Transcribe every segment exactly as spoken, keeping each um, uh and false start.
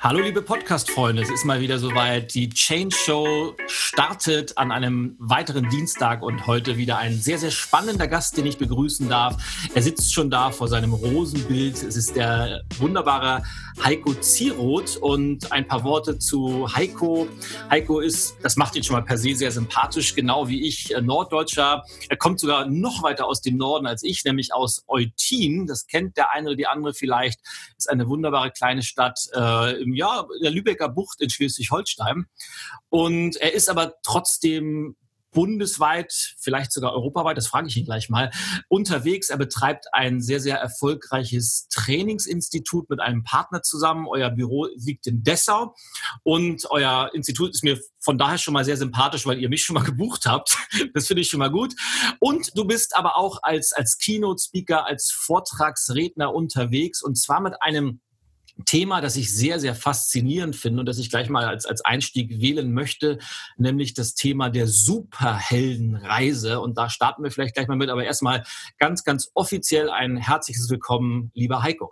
Hallo liebe Podcast-Freunde, es ist mal wieder soweit. Die Change Show startet an einem weiteren Dienstag und heute wieder ein sehr, sehr spannender Gast, den ich begrüßen darf. Er sitzt schon da vor seinem Rosenbild. Es ist der wunderbare Heiko Zieroth und ein paar Worte zu Heiko. Heiko ist, das macht ihn schon mal per se sehr sympathisch, genau wie ich, Norddeutscher. Er kommt sogar noch weiter aus dem Norden als ich, nämlich aus Eutin. Das kennt der eine oder die andere vielleicht. Ist eine wunderbare kleine Stadt äh, im ja, in der Lübecker Bucht in Schleswig-Holstein. Und er ist aber trotzdem bundesweit, vielleicht sogar europaweit, das frage ich ihn gleich mal, unterwegs. Er betreibt ein sehr, sehr erfolgreiches Trainingsinstitut mit einem Partner zusammen. Euer Büro liegt in Dessau und euer Institut ist mir von daher schon mal sehr sympathisch, weil ihr mich schon mal gebucht habt. Das finde ich schon mal gut. Und du bist aber auch als, als Keynote-Speaker, als Vortragsredner unterwegs und zwar mit einem Thema, das ich sehr, sehr faszinierend finde und das ich gleich mal als, als Einstieg wählen möchte, nämlich das Thema der Superheldenreise. Und da starten wir vielleicht gleich mal mit, aber erstmal ganz, ganz offiziell ein herzliches Willkommen, lieber Heiko.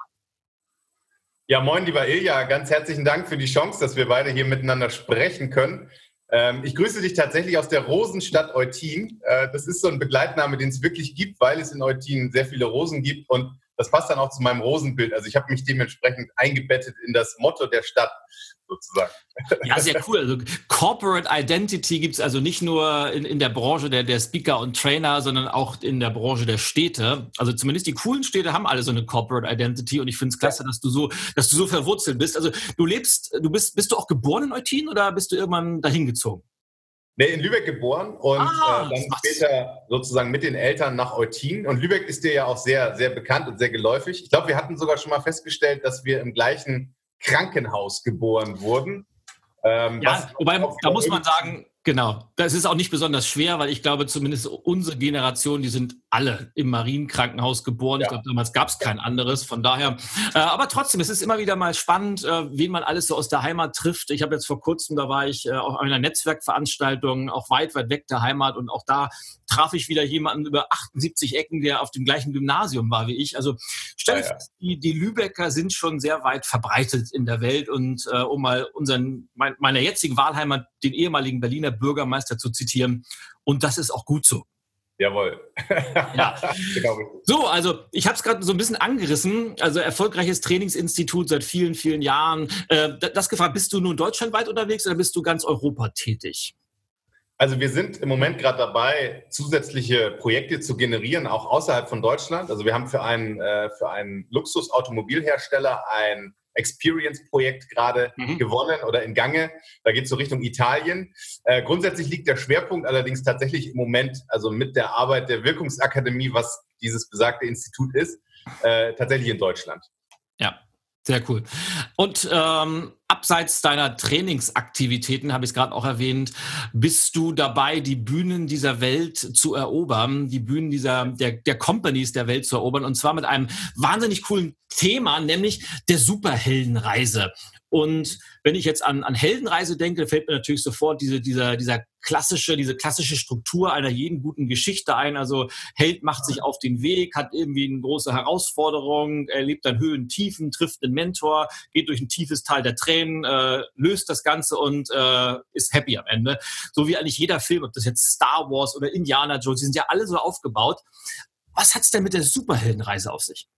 Ja, moin, lieber Ilja, ganz herzlichen Dank für die Chance, dass wir beide hier miteinander sprechen können. Ähm, ich grüße dich tatsächlich aus der Rosenstadt Eutin. Äh, das ist so ein Begleitname, den es wirklich gibt, weil es in Eutin sehr viele Rosen gibt und das passt dann auch zu meinem Rosenbild. Also ich habe mich dementsprechend eingebettet in das Motto der Stadt sozusagen. Ja, sehr cool. Also Corporate Identity gibt es also nicht nur in, in der Branche der, der Speaker und Trainer, sondern auch in der Branche der Städte. Also zumindest die coolen Städte haben alle so eine Corporate Identity und ich finde es klasse, dass du so, dass du so verwurzelt bist. Also du lebst, du bist, bist du auch geboren in Eutin oder bist du irgendwann dahin gezogen? Nee, in Lübeck geboren und ah, äh, dann später sozusagen mit den Eltern nach Eutin. Und Lübeck ist dir ja auch sehr, sehr bekannt und sehr geläufig. Ich glaube, wir hatten sogar schon mal festgestellt, dass wir im gleichen Krankenhaus geboren wurden. Ähm, ja, wobei, da muss man sagen, genau, das ist auch nicht besonders schwer, weil ich glaube, zumindest unsere Generation, die sind alle im Marienkrankenhaus geboren. Ja. Ich glaube, damals gab es kein anderes. Von daher, äh, aber trotzdem, es ist immer wieder mal spannend, äh, wen man alles so aus der Heimat trifft. Ich habe jetzt vor kurzem, da war ich äh, auf einer Netzwerkveranstaltung, auch weit, weit weg der Heimat und auch da traf ich wieder jemanden über achtundsiebzig Ecken, der auf dem gleichen Gymnasium war wie ich. Also stell dir ja, ja. fest, die, die Lübecker sind schon sehr weit verbreitet in der Welt und äh, um mal unseren, mein, meiner jetzigen Wahlheimat, den ehemaligen Berliner Bürgermeister zu zitieren. Und das ist auch gut so. Jawohl. Ja. Genau. So, also ich habe es gerade so ein bisschen angerissen. Also erfolgreiches Trainingsinstitut seit vielen, vielen Jahren. Äh, das gefragt, bist du nun deutschlandweit unterwegs oder bist du ganz Europa tätig? Also wir sind im Moment gerade dabei, zusätzliche Projekte zu generieren, auch außerhalb von Deutschland. Also wir haben für einen, äh, für einen Luxus-Automobilhersteller ein Experience-Projekt gerade mhm. gewonnen oder in Gange. Da geht es so Richtung Italien. Äh, grundsätzlich liegt der Schwerpunkt allerdings tatsächlich im Moment, also mit der Arbeit der Wirkungsakademie, was dieses besagte Institut ist, äh, tatsächlich in Deutschland. Ja. Sehr cool. Und ähm, abseits deiner Trainingsaktivitäten, habe ich es gerade auch erwähnt, bist du dabei, die Bühnen dieser Welt zu erobern, die Bühnen dieser der, der Companies der Welt zu erobern, und zwar mit einem wahnsinnig coolen Thema, nämlich der Superheldenreise. Und wenn ich jetzt an, an Heldenreise denke, fällt mir natürlich sofort diese, dieser, dieser klassische, diese klassische Struktur einer jeden guten Geschichte ein. Also Held macht sich auf den Weg, hat irgendwie eine große Herausforderung, erlebt dann Höhen, Tiefen, trifft einen Mentor, geht durch ein tiefes Tal der Tränen, äh, löst das Ganze und äh, ist happy am Ende. So wie eigentlich jeder Film, ob das jetzt Star Wars oder Indiana Jones, die sind ja alle so aufgebaut. Was hat's denn mit der Superheldenreise auf sich?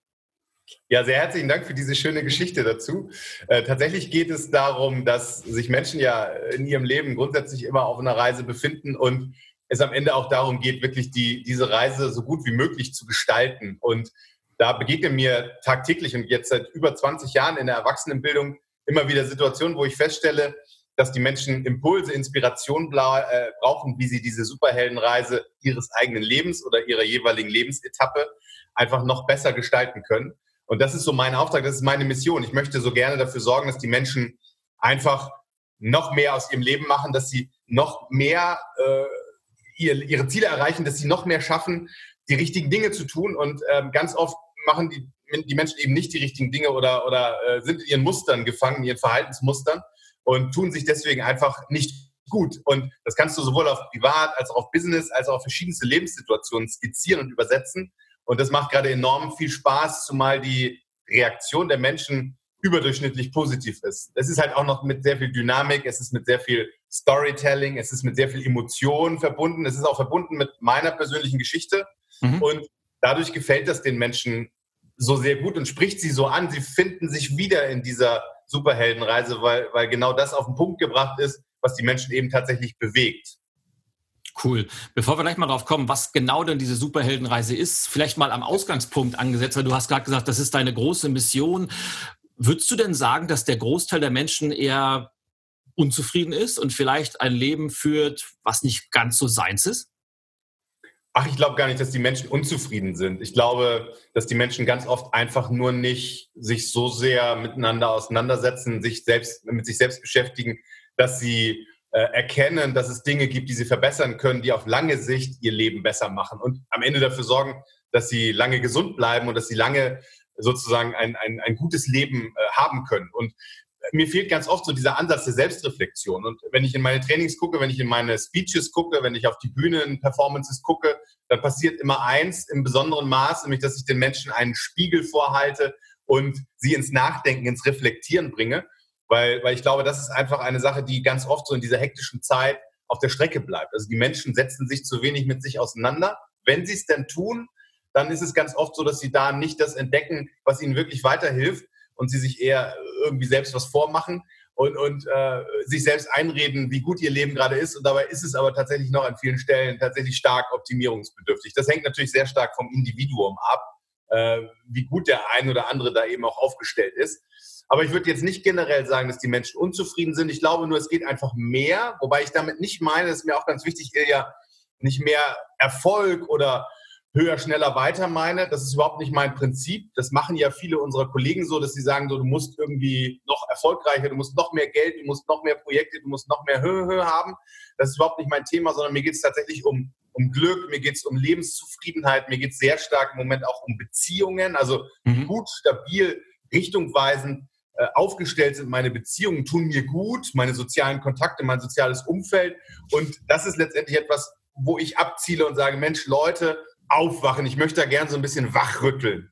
Ja, sehr herzlichen Dank für diese schöne Geschichte dazu. Äh, tatsächlich geht es darum, dass sich Menschen ja in ihrem Leben grundsätzlich immer auf einer Reise befinden und es am Ende auch darum geht, wirklich die, diese Reise so gut wie möglich zu gestalten. Und da begegnen mir tagtäglich und jetzt seit über zwanzig Jahren in der Erwachsenenbildung immer wieder Situationen, wo ich feststelle, dass die Menschen Impulse, Inspiration bla- äh, brauchen, wie sie diese Superheldenreise ihres eigenen Lebens oder ihrer jeweiligen Lebensetappe einfach noch besser gestalten können. Und das ist so mein Auftrag, das ist meine Mission. Ich möchte so gerne dafür sorgen, dass die Menschen einfach noch mehr aus ihrem Leben machen, dass sie noch mehr äh, ihre, ihre Ziele erreichen, dass sie noch mehr schaffen, die richtigen Dinge zu tun. Und ähm, ganz oft machen die, die Menschen eben nicht die richtigen Dinge oder, oder äh, sind in ihren Mustern gefangen, in ihren Verhaltensmustern und tun sich deswegen einfach nicht gut. Und das kannst du sowohl auf Privat als auch auf Business als auch auf verschiedenste Lebenssituationen skizzieren und übersetzen. Und das macht gerade enorm viel Spaß, zumal die Reaktion der Menschen überdurchschnittlich positiv ist. Es ist halt auch noch mit sehr viel Dynamik, es ist mit sehr viel Storytelling, es ist mit sehr viel Emotion verbunden, es ist auch verbunden mit meiner persönlichen Geschichte mhm. und dadurch gefällt das den Menschen so sehr gut und spricht sie so an. Sie finden sich wieder in dieser Superheldenreise, weil, weil genau das auf den Punkt gebracht ist, was die Menschen eben tatsächlich bewegt. Cool. Bevor wir gleich mal drauf kommen, was genau denn diese Superheldenreise ist, vielleicht mal am Ausgangspunkt angesetzt, weil du hast gerade gesagt, das ist deine große Mission. Würdest du denn sagen, dass der Großteil der Menschen eher unzufrieden ist und vielleicht ein Leben führt, was nicht ganz so seins ist? Ach, ich glaube gar nicht, dass die Menschen unzufrieden sind. Ich glaube, dass die Menschen ganz oft einfach nur nicht sich so sehr miteinander auseinandersetzen, sich selbst mit sich selbst beschäftigen, dass sie äh, erkennen, dass es Dinge gibt, die sie verbessern können, die auf lange Sicht ihr Leben besser machen und am Ende dafür sorgen, dass sie lange gesund bleiben und dass sie lange sozusagen ein, ein, ein gutes Leben äh, haben können. Und mir fehlt ganz oft so dieser Ansatz der Selbstreflexion. Und wenn ich in meine Trainings gucke, wenn ich in meine Speeches gucke, wenn ich auf die Bühnen-Performances gucke, dann passiert immer eins im besonderen Maß, nämlich, dass ich den Menschen einen Spiegel vorhalte und sie ins Nachdenken, ins Reflektieren bringe. Weil, weil ich glaube, das ist einfach eine Sache, die ganz oft so in dieser hektischen Zeit auf der Strecke bleibt. Also die Menschen setzen sich zu wenig mit sich auseinander. Wenn sie es denn tun, dann ist es ganz oft so, dass sie da nicht das entdecken, was ihnen wirklich weiterhilft und sie sich eher irgendwie selbst was vormachen und, und äh, sich selbst einreden, wie gut ihr Leben gerade ist. Und dabei ist es aber tatsächlich noch an vielen Stellen tatsächlich stark optimierungsbedürftig. Das hängt natürlich sehr stark vom Individuum ab, äh, wie gut der ein oder andere da eben auch aufgestellt ist. Aber ich würde jetzt nicht generell sagen, dass die Menschen unzufrieden sind. Ich glaube nur, es geht einfach mehr, wobei ich damit nicht meine, das ist mir auch ganz wichtig, ja nicht mehr Erfolg oder höher, schneller, weiter meine. Das ist überhaupt nicht mein Prinzip. Das machen ja viele unserer Kollegen so, dass sie sagen, so, du musst irgendwie noch erfolgreicher, du musst noch mehr Geld, du musst noch mehr Projekte, du musst noch mehr Höhe, Höhe haben. Das ist überhaupt nicht mein Thema, sondern mir geht es tatsächlich um, um Glück, mir geht es um Lebenszufriedenheit, mir geht es sehr stark im Moment auch um Beziehungen. Also mhm. gut, stabil, richtungweisend äh, aufgestellt sind meine Beziehungen, tun mir gut, meine sozialen Kontakte, mein soziales Umfeld. Und das ist letztendlich etwas, wo ich abziele und sage, Mensch, Leute, aufwachen. Ich möchte da gerne so ein bisschen wachrütteln.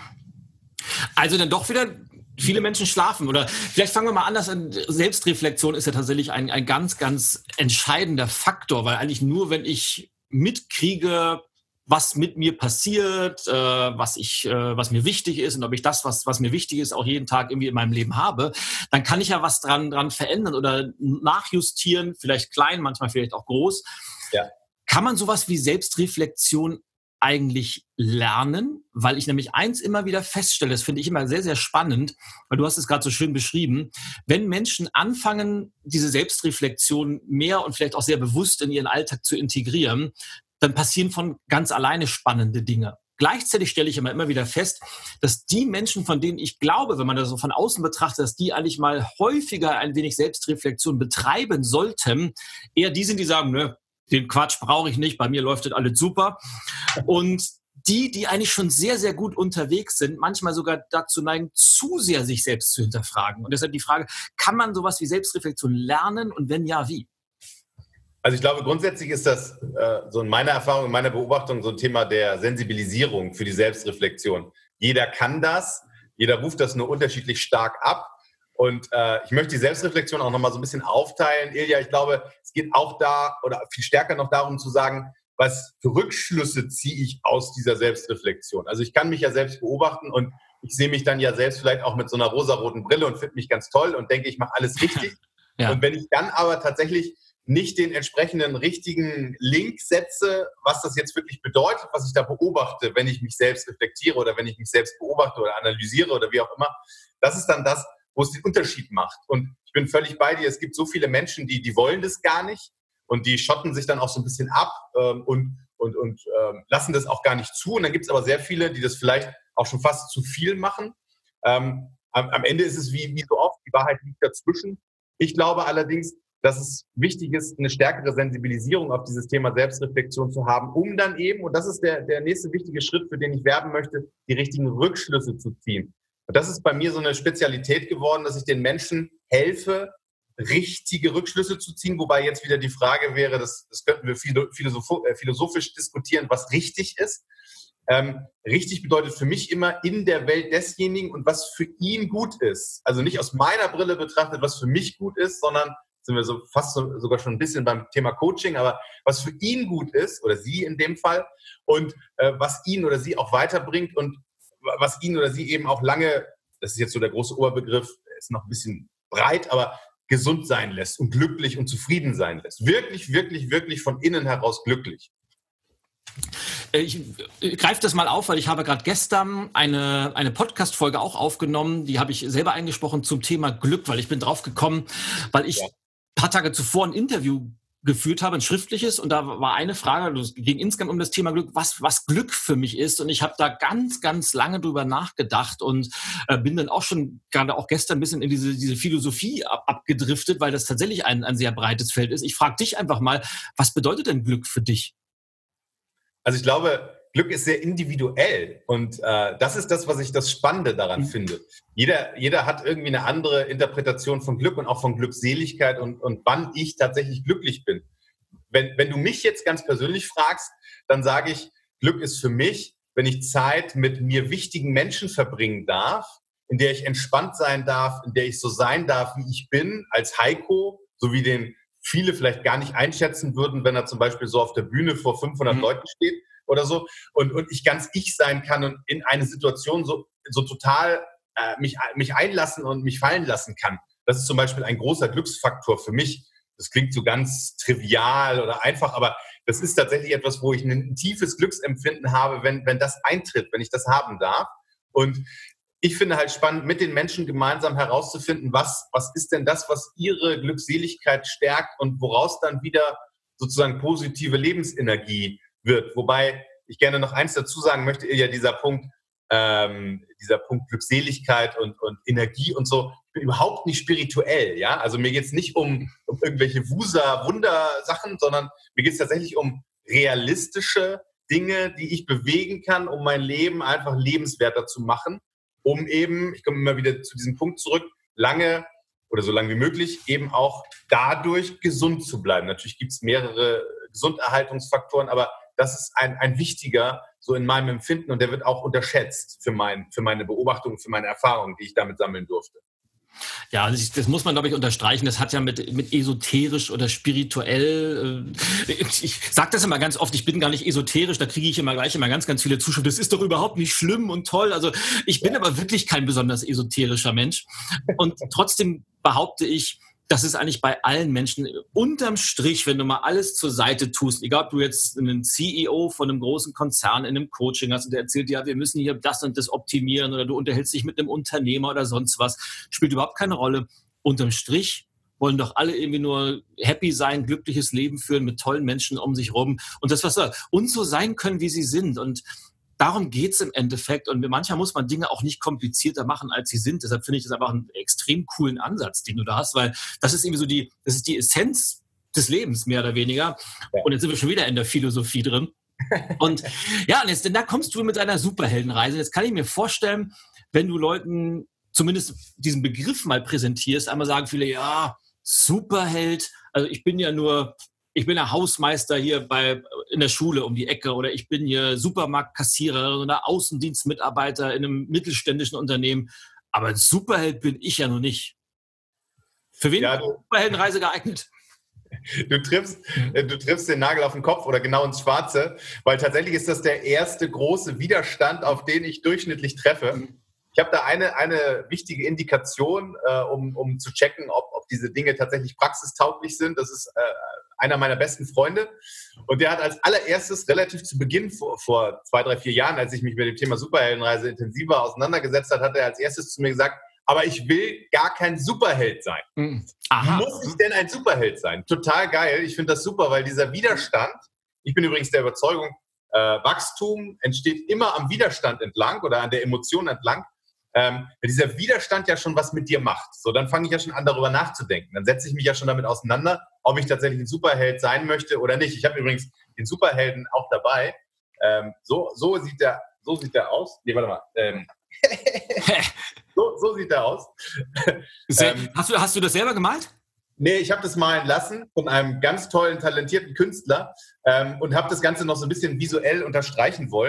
Also dann doch wieder, viele Menschen schlafen. Oder vielleicht fangen wir mal anders an. Selbstreflexion ist ja tatsächlich ein, ein ganz, ganz entscheidender Faktor, weil eigentlich nur, wenn ich mitkriege, was mit mir passiert, äh, was ich, äh, was mir wichtig ist und ob ich das, was, was mir wichtig ist, auch jeden Tag irgendwie in meinem Leben habe, dann kann ich ja was dran, dran verändern oder nachjustieren, vielleicht klein, manchmal vielleicht auch groß. Ja. Kann man sowas wie Selbstreflexion eigentlich lernen? Weil ich nämlich eins immer wieder feststelle, das finde ich immer sehr, sehr spannend, weil du hast es gerade so schön beschrieben, wenn Menschen anfangen, diese Selbstreflexion mehr und vielleicht auch sehr bewusst in ihren Alltag zu integrieren, dann passieren von ganz alleine spannende Dinge. Gleichzeitig stelle ich immer, immer wieder fest, dass die Menschen, von denen ich glaube, wenn man das so von außen betrachtet, dass die eigentlich mal häufiger ein wenig Selbstreflexion betreiben sollten, eher die sind, die sagen, nö, den Quatsch brauche ich nicht, bei mir läuft das alles super. Und die, die eigentlich schon sehr, sehr gut unterwegs sind, manchmal sogar dazu neigen, zu sehr sich selbst zu hinterfragen. Und deshalb die Frage, kann man sowas wie Selbstreflexion lernen und wenn ja, wie? Also ich glaube, grundsätzlich ist das äh, so in meiner Erfahrung, in meiner Beobachtung so ein Thema der Sensibilisierung für die Selbstreflexion. Jeder kann das, jeder ruft das nur unterschiedlich stark ab. Und äh, ich möchte die Selbstreflexion auch nochmal so ein bisschen aufteilen. Ilja, ich glaube, es geht auch da oder viel stärker noch darum zu sagen, was für Rückschlüsse ziehe ich aus dieser Selbstreflexion. Also ich kann mich ja selbst beobachten und ich sehe mich dann ja selbst vielleicht auch mit so einer rosaroten Brille und finde mich ganz toll und denke, ich mache alles richtig. Ja. Und wenn ich dann aber tatsächlich nicht den entsprechenden richtigen Link setze, was das jetzt wirklich bedeutet, was ich da beobachte, wenn ich mich selbst reflektiere oder wenn ich mich selbst beobachte oder analysiere oder wie auch immer, das ist dann das, wo es den Unterschied macht. Und ich bin völlig bei dir, es gibt so viele Menschen, die, die wollen das gar nicht und die schotten sich dann auch so ein bisschen ab ähm, und, und, und ähm, lassen das auch gar nicht zu. Und dann gibt es aber sehr viele, die das vielleicht auch schon fast zu viel machen. Ähm, am, am Ende ist es wie, wie so oft, die Wahrheit liegt dazwischen. Ich glaube allerdings, dass es wichtig ist, eine stärkere Sensibilisierung auf dieses Thema Selbstreflexion zu haben, um dann eben, und das ist der, der nächste wichtige Schritt, für den ich werben möchte, die richtigen Rückschlüsse zu ziehen. Und das ist bei mir so eine Spezialität geworden, dass ich den Menschen helfe, richtige Rückschlüsse zu ziehen, wobei jetzt wieder die Frage wäre, das, das könnten wir philosophisch diskutieren, was richtig ist. Ähm, richtig bedeutet für mich immer in der Welt desjenigen und was für ihn gut ist. Also nicht aus meiner Brille betrachtet, was für mich gut ist, sondern sind wir so fast so, sogar schon ein bisschen beim Thema Coaching, aber was für ihn gut ist, oder sie in dem Fall, und äh, was ihn oder sie auch weiterbringt und was ihn oder sie eben auch lange, das ist jetzt so der große Oberbegriff, ist noch ein bisschen breit, aber gesund sein lässt und glücklich und zufrieden sein lässt. Wirklich, wirklich, wirklich von innen heraus glücklich. Ich, ich greife das mal auf, weil ich habe gerade gestern eine, eine Podcast-Folge auch aufgenommen, die habe ich selber eingesprochen zum Thema Glück, weil ich bin drauf gekommen, weil ich ja. ein paar Tage zuvor ein Interview geführt habe, ein schriftliches, und da war eine Frage, es ging insgesamt um das Thema Glück, was, was Glück für mich ist, und ich habe da ganz, ganz lange drüber nachgedacht und äh, bin dann auch schon, gerade auch gestern ein bisschen in diese, diese Philosophie ab, abgedriftet, weil das tatsächlich ein, ein sehr breites Feld ist. Ich frage dich einfach mal, was bedeutet denn Glück für dich? Also ich glaube, Glück ist sehr individuell, und äh, das ist das, was ich das Spannende daran mhm. finde. Jeder, jeder hat irgendwie eine andere Interpretation von Glück und auch von Glückseligkeit und, und wann ich tatsächlich glücklich bin. Wenn, wenn du mich jetzt ganz persönlich fragst, dann sage ich, Glück ist für mich, wenn ich Zeit mit mir wichtigen Menschen verbringen darf, in der ich entspannt sein darf, in der ich so sein darf, wie ich bin, als Heiko, so wie den viele vielleicht gar nicht einschätzen würden, wenn er zum Beispiel so auf der Bühne vor fünfhundert mhm. Leuten steht oder so, und, und ich ganz ich sein kann und in eine Situation so, so total äh, mich, mich einlassen und mich fallen lassen kann. Das ist zum Beispiel ein großer Glücksfaktor für mich. Das klingt so ganz trivial oder einfach, aber das ist tatsächlich etwas, wo ich ein tiefes Glücksempfinden habe, wenn, wenn das eintritt, wenn ich das haben darf. Und ich finde halt spannend, mit den Menschen gemeinsam herauszufinden, was, was ist denn das, was ihre Glückseligkeit stärkt und woraus dann wieder sozusagen positive Lebensenergie wird. Wobei ich gerne noch eins dazu sagen möchte, ja, dieser Punkt, ähm, dieser Punkt Glückseligkeit und, und Energie und so, ich bin überhaupt nicht spirituell, ja. Also mir geht es nicht um, um irgendwelche Wusa-Wundersachen, sondern mir geht es tatsächlich um realistische Dinge, die ich bewegen kann, um mein Leben einfach lebenswerter zu machen, um eben, ich komme immer wieder zu diesem Punkt zurück, lange oder so lange wie möglich eben auch dadurch gesund zu bleiben. Natürlich gibt es mehrere Gesunderhaltungsfaktoren, aber das ist ein, ein wichtiger, so in meinem Empfinden, und der wird auch unterschätzt für, mein, für meine Beobachtungen, für meine Erfahrungen, die ich damit sammeln durfte. Ja, das, das muss man, glaube ich, unterstreichen. Das hat ja mit, mit esoterisch oder spirituell, äh, ich, ich sage das immer ganz oft, ich bin gar nicht esoterisch, da kriege ich immer gleich immer ganz, ganz viele Zuschriften. Das ist doch überhaupt nicht schlimm und toll. Also ich bin aber wirklich kein besonders esoterischer Mensch. Und trotzdem behaupte ich, das ist eigentlich bei allen Menschen unterm Strich, wenn du mal alles zur Seite tust, egal ob du jetzt einen C E O von einem großen Konzern in einem Coaching hast und der erzählt dir, ja, wir müssen hier das und das optimieren, oder du unterhältst dich mit einem Unternehmer oder sonst was, spielt überhaupt keine Rolle. Unterm Strich wollen doch alle irgendwie nur happy sein, glückliches Leben führen mit tollen Menschen um sich rum und das, was soll, und so sein können, wie sie sind. Und darum geht's im Endeffekt. Und manchmal muss man Dinge auch nicht komplizierter machen, als sie sind. Deshalb finde ich das einfach einen extrem coolen Ansatz, den du da hast, weil das ist irgendwie so die, das ist die Essenz des Lebens, mehr oder weniger. Ja. Und jetzt sind wir schon wieder in der Philosophie drin. Und ja, und jetzt, denn da kommst du mit deiner Superheldenreise. Jetzt kann ich mir vorstellen, wenn du Leuten zumindest diesen Begriff mal präsentierst, einmal sagen viele, ja, Superheld, also ich bin ja nur... Ich bin der Hausmeister hier bei, in der Schule um die Ecke, oder ich bin hier Supermarktkassierer oder Außendienstmitarbeiter in einem mittelständischen Unternehmen. Aber ein Superheld bin ich ja noch nicht. Für wen ja, ist die Superheldenreise geeignet? Du triffst, du triffst den Nagel auf den Kopf oder genau ins Schwarze, weil tatsächlich ist das der erste große Widerstand, auf den ich durchschnittlich treffe. Ich habe da eine, eine wichtige Indikation, äh, um, um zu checken, ob, ob diese Dinge tatsächlich praxistauglich sind. Das ist äh, einer meiner besten Freunde. Und der hat als allererstes relativ zu Beginn, vor, vor zwei, drei, vier Jahren, als ich mich mit dem Thema Superheldenreise intensiver auseinandergesetzt habe, hat er als erstes zu mir gesagt, aber ich will gar kein Superheld sein. Mhm. Aha. Muss ich denn ein Superheld sein? Total geil. Ich finde das super, weil dieser Widerstand, ich bin übrigens der Überzeugung, äh, Wachstum entsteht immer am Widerstand entlang oder an der Emotion entlang. Ähm, wenn dieser Widerstand ja schon was mit dir macht, so, dann fange ich ja schon an, darüber nachzudenken. Dann setze ich mich ja schon damit auseinander, ob ich tatsächlich ein Superheld sein möchte oder nicht. Ich habe übrigens den Superhelden auch dabei. Ähm, so, so sieht der, so sieht der aus. Nee, warte mal. Ähm, so, so sieht der aus. Sehr, ähm, hast, du, hast du das selber gemalt? Nee, ich habe das malen lassen von einem ganz tollen, talentierten Künstler ähm, und habe das Ganze noch so ein bisschen visuell unterstreichen wollen.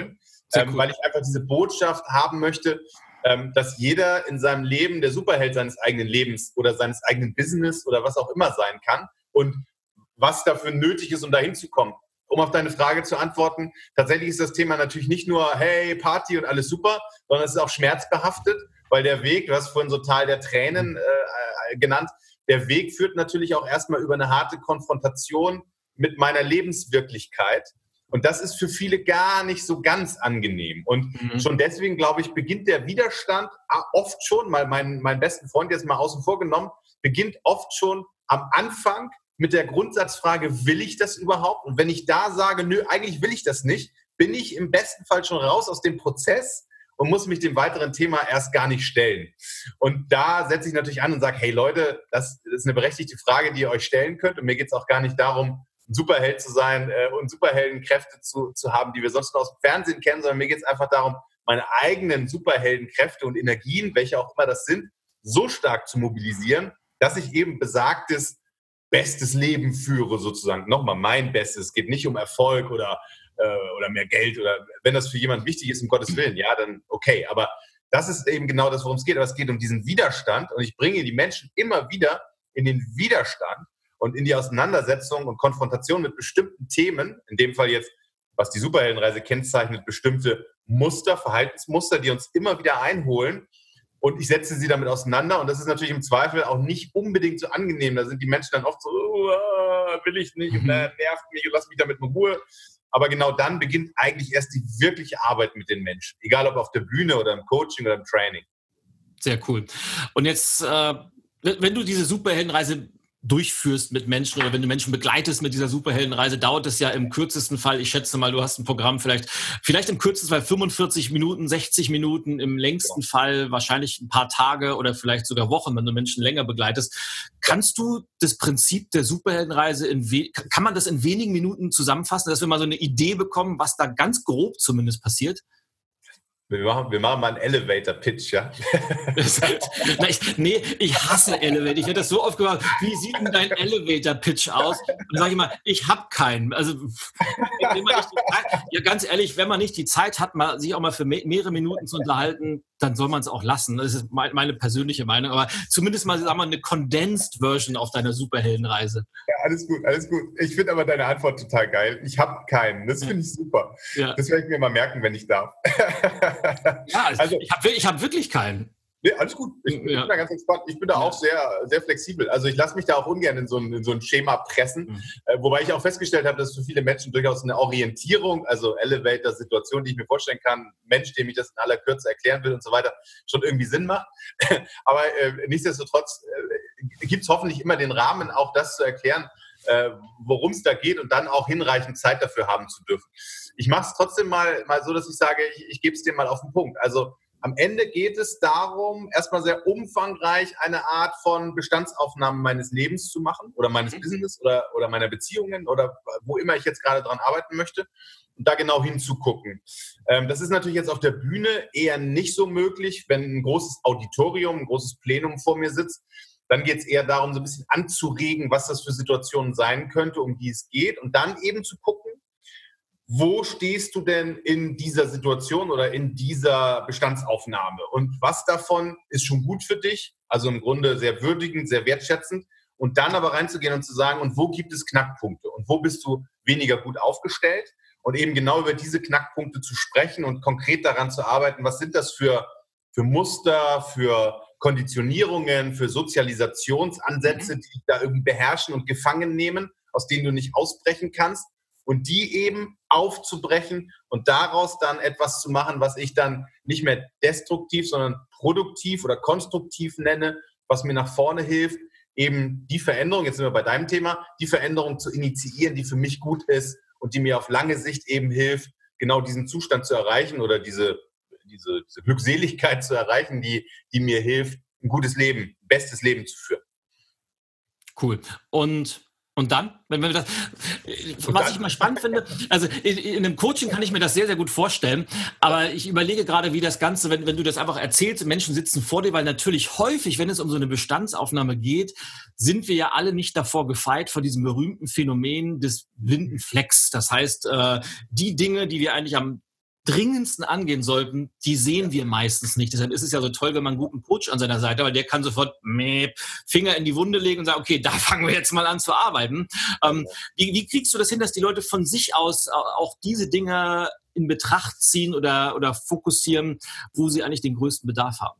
ähm, cool. Weil ich einfach diese Botschaft haben möchte, ähm, dass jeder in seinem Leben der Superheld seines eigenen Lebens oder seines eigenen Business oder was auch immer sein kann und was dafür nötig ist, um dahin zu kommen. Um auf deine Frage zu antworten, tatsächlich ist das Thema natürlich nicht nur, hey, Party und alles super, sondern es ist auch schmerzbehaftet, weil der Weg, du hast vorhin so Tal der Tränen äh, genannt, der Weg führt natürlich auch erstmal über eine harte Konfrontation mit meiner Lebenswirklichkeit. Und das ist für viele gar nicht so ganz angenehm. Und mhm. schon deswegen, glaube ich, beginnt der Widerstand oft schon, mal meinen, meinen besten Freund jetzt mal außen vor genommen, beginnt oft schon am Anfang mit der Grundsatzfrage, will ich das überhaupt? Und wenn ich da sage, nö, eigentlich will ich das nicht, bin ich im besten Fall schon raus aus dem Prozess und muss mich dem weiteren Thema erst gar nicht stellen. Und da setze ich natürlich an und sage, hey Leute, das ist eine berechtigte Frage, die ihr euch stellen könnt. Und mir geht es auch gar nicht darum, ein Superheld zu sein äh, und Superheldenkräfte zu, zu haben, die wir sonst nur aus dem Fernsehen kennen, sondern mir geht es einfach darum, meine eigenen Superheldenkräfte und Energien, welche auch immer das sind, so stark zu mobilisieren, dass ich eben besagtes bestes Leben führe sozusagen. Nochmal, mein Bestes. Es geht nicht um Erfolg oder, äh, oder mehr Geld oder wenn das für jemanden wichtig ist, um Gottes Willen, ja, dann okay. Aber das ist eben genau das, worum es geht. Aber es geht um diesen Widerstand und ich bringe die Menschen immer wieder in den Widerstand und in die Auseinandersetzung und Konfrontation mit bestimmten Themen, in dem Fall jetzt, was die Superheldenreise kennzeichnet, bestimmte Muster, Verhaltensmuster, die uns immer wieder einholen. Und ich setze sie damit auseinander und das ist natürlich im Zweifel auch nicht unbedingt so angenehm. Da sind die Menschen dann oft so, oh, will ich nicht, und, äh, nervt mich und lass mich damit in Ruhe. Aber genau dann beginnt eigentlich erst die wirkliche Arbeit mit den Menschen. Egal ob auf der Bühne oder im Coaching oder im Training. Sehr cool. Und jetzt, äh, wenn du diese Superheldenreise durchführst mit Menschen oder wenn du Menschen begleitest mit dieser Superheldenreise, dauert es ja im kürzesten Fall, ich schätze mal, du hast ein Programm vielleicht, vielleicht im kürzesten Fall fünfundvierzig Minuten, sechzig Minuten, im längsten ja. Fall wahrscheinlich ein paar Tage oder vielleicht sogar Wochen, wenn du Menschen länger begleitest. Kannst du das Prinzip der Superheldenreise, in we- kann man das in wenigen Minuten zusammenfassen, dass wir mal so eine Idee bekommen, was da ganz grob zumindest passiert? Wir machen, wir machen mal einen Elevator-Pitch, ja? Na, ich, nee, ich hasse Elevator. Ich werde das so oft gemacht. Wie sieht denn dein Elevator-Pitch aus? Und dann sage ich mal, ich habe keinen. Also, wenn man nicht die Zeit, ja, ganz ehrlich, wenn man nicht die Zeit hat, mal, sich auch mal für me- mehrere Minuten zu unterhalten, dann soll man es auch lassen. Das ist meine persönliche Meinung. Aber zumindest mal, sagen wir, eine Condensed Version auf deiner Superheldenreise. Ja, alles gut, alles gut. Ich finde aber deine Antwort total geil. Ich habe keinen. Das finde ich super. Ja. Das werde ich mir mal merken, wenn ich darf. Ja, also, also ich habe ich hab wirklich keinen. Nee, alles gut. Ich, ja. ich bin da ganz entspannt. Ich bin da ja. auch sehr, sehr flexibel. Also ich lasse mich da auch ungern in so ein, in so ein Schema pressen. Mhm. Äh, wobei ich auch festgestellt habe, dass für viele Menschen durchaus eine Orientierung, also Elevator-Situation, die ich mir vorstellen kann, Mensch, dem ich das in aller Kürze erklären will und so weiter, schon irgendwie Sinn macht. Aber äh, nichtsdestotrotz äh, gibt es hoffentlich immer den Rahmen, auch das zu erklären, äh, worum es da geht und dann auch hinreichend Zeit dafür haben zu dürfen. Ich mache es trotzdem mal, mal so, dass ich sage, ich, ich gebe es dir mal auf den Punkt. Also am Ende geht es darum, erstmal sehr umfangreich eine Art von Bestandsaufnahme meines Lebens zu machen oder meines mhm. Business oder, oder meiner Beziehungen oder wo immer ich jetzt gerade dran arbeiten möchte und da genau hinzugucken. Ähm, das ist natürlich jetzt auf der Bühne eher nicht so möglich, wenn ein großes Auditorium, ein großes Plenum vor mir sitzt. Dann geht es eher darum, so ein bisschen anzuregen, was das für Situationen sein könnte, um die es geht und dann eben zu gucken, wo stehst du denn in dieser Situation oder in dieser Bestandsaufnahme? Und was davon ist schon gut für dich? Also im Grunde sehr würdigend, sehr wertschätzend. Und dann aber reinzugehen und zu sagen, und wo gibt es Knackpunkte? Und wo bist du weniger gut aufgestellt? Und eben genau über diese Knackpunkte zu sprechen und konkret daran zu arbeiten, was sind das für, für Muster, für Konditionierungen, für Sozialisationsansätze, die dich da irgendwie beherrschen und gefangen nehmen, aus denen du nicht ausbrechen kannst. Und die eben aufzubrechen und daraus dann etwas zu machen, was ich dann nicht mehr destruktiv, sondern produktiv oder konstruktiv nenne, was mir nach vorne hilft, eben die Veränderung, jetzt sind wir bei deinem Thema, die Veränderung zu initiieren, die für mich gut ist und die mir auf lange Sicht eben hilft, genau diesen Zustand zu erreichen oder diese, diese, diese Glückseligkeit zu erreichen, die, die mir hilft, ein gutes Leben, bestes Leben zu führen. Cool. Und Und dann, wenn wir das, was ich mal spannend finde, also in, in einem Coaching kann ich mir das sehr, sehr gut vorstellen, aber ich überlege gerade, wie das Ganze, wenn, wenn du das einfach erzählst, Menschen sitzen vor dir, weil natürlich häufig, wenn es um so eine Bestandsaufnahme geht, sind wir ja alle nicht davor gefeit, vor diesem berühmten Phänomen des blinden Flecks. Das heißt, äh, die Dinge, die wir eigentlich am dringendsten angehen sollten, die sehen wir meistens nicht. Deshalb ist es ja so toll, wenn man einen guten Coach an seiner Seite hat, weil der kann sofort mäh, Finger in die Wunde legen und sagen, okay, da fangen wir jetzt mal an zu arbeiten. Ähm, wie, wie kriegst du das hin, dass die Leute von sich aus auch diese Dinge in Betracht ziehen oder, oder fokussieren, wo sie eigentlich den größten Bedarf haben?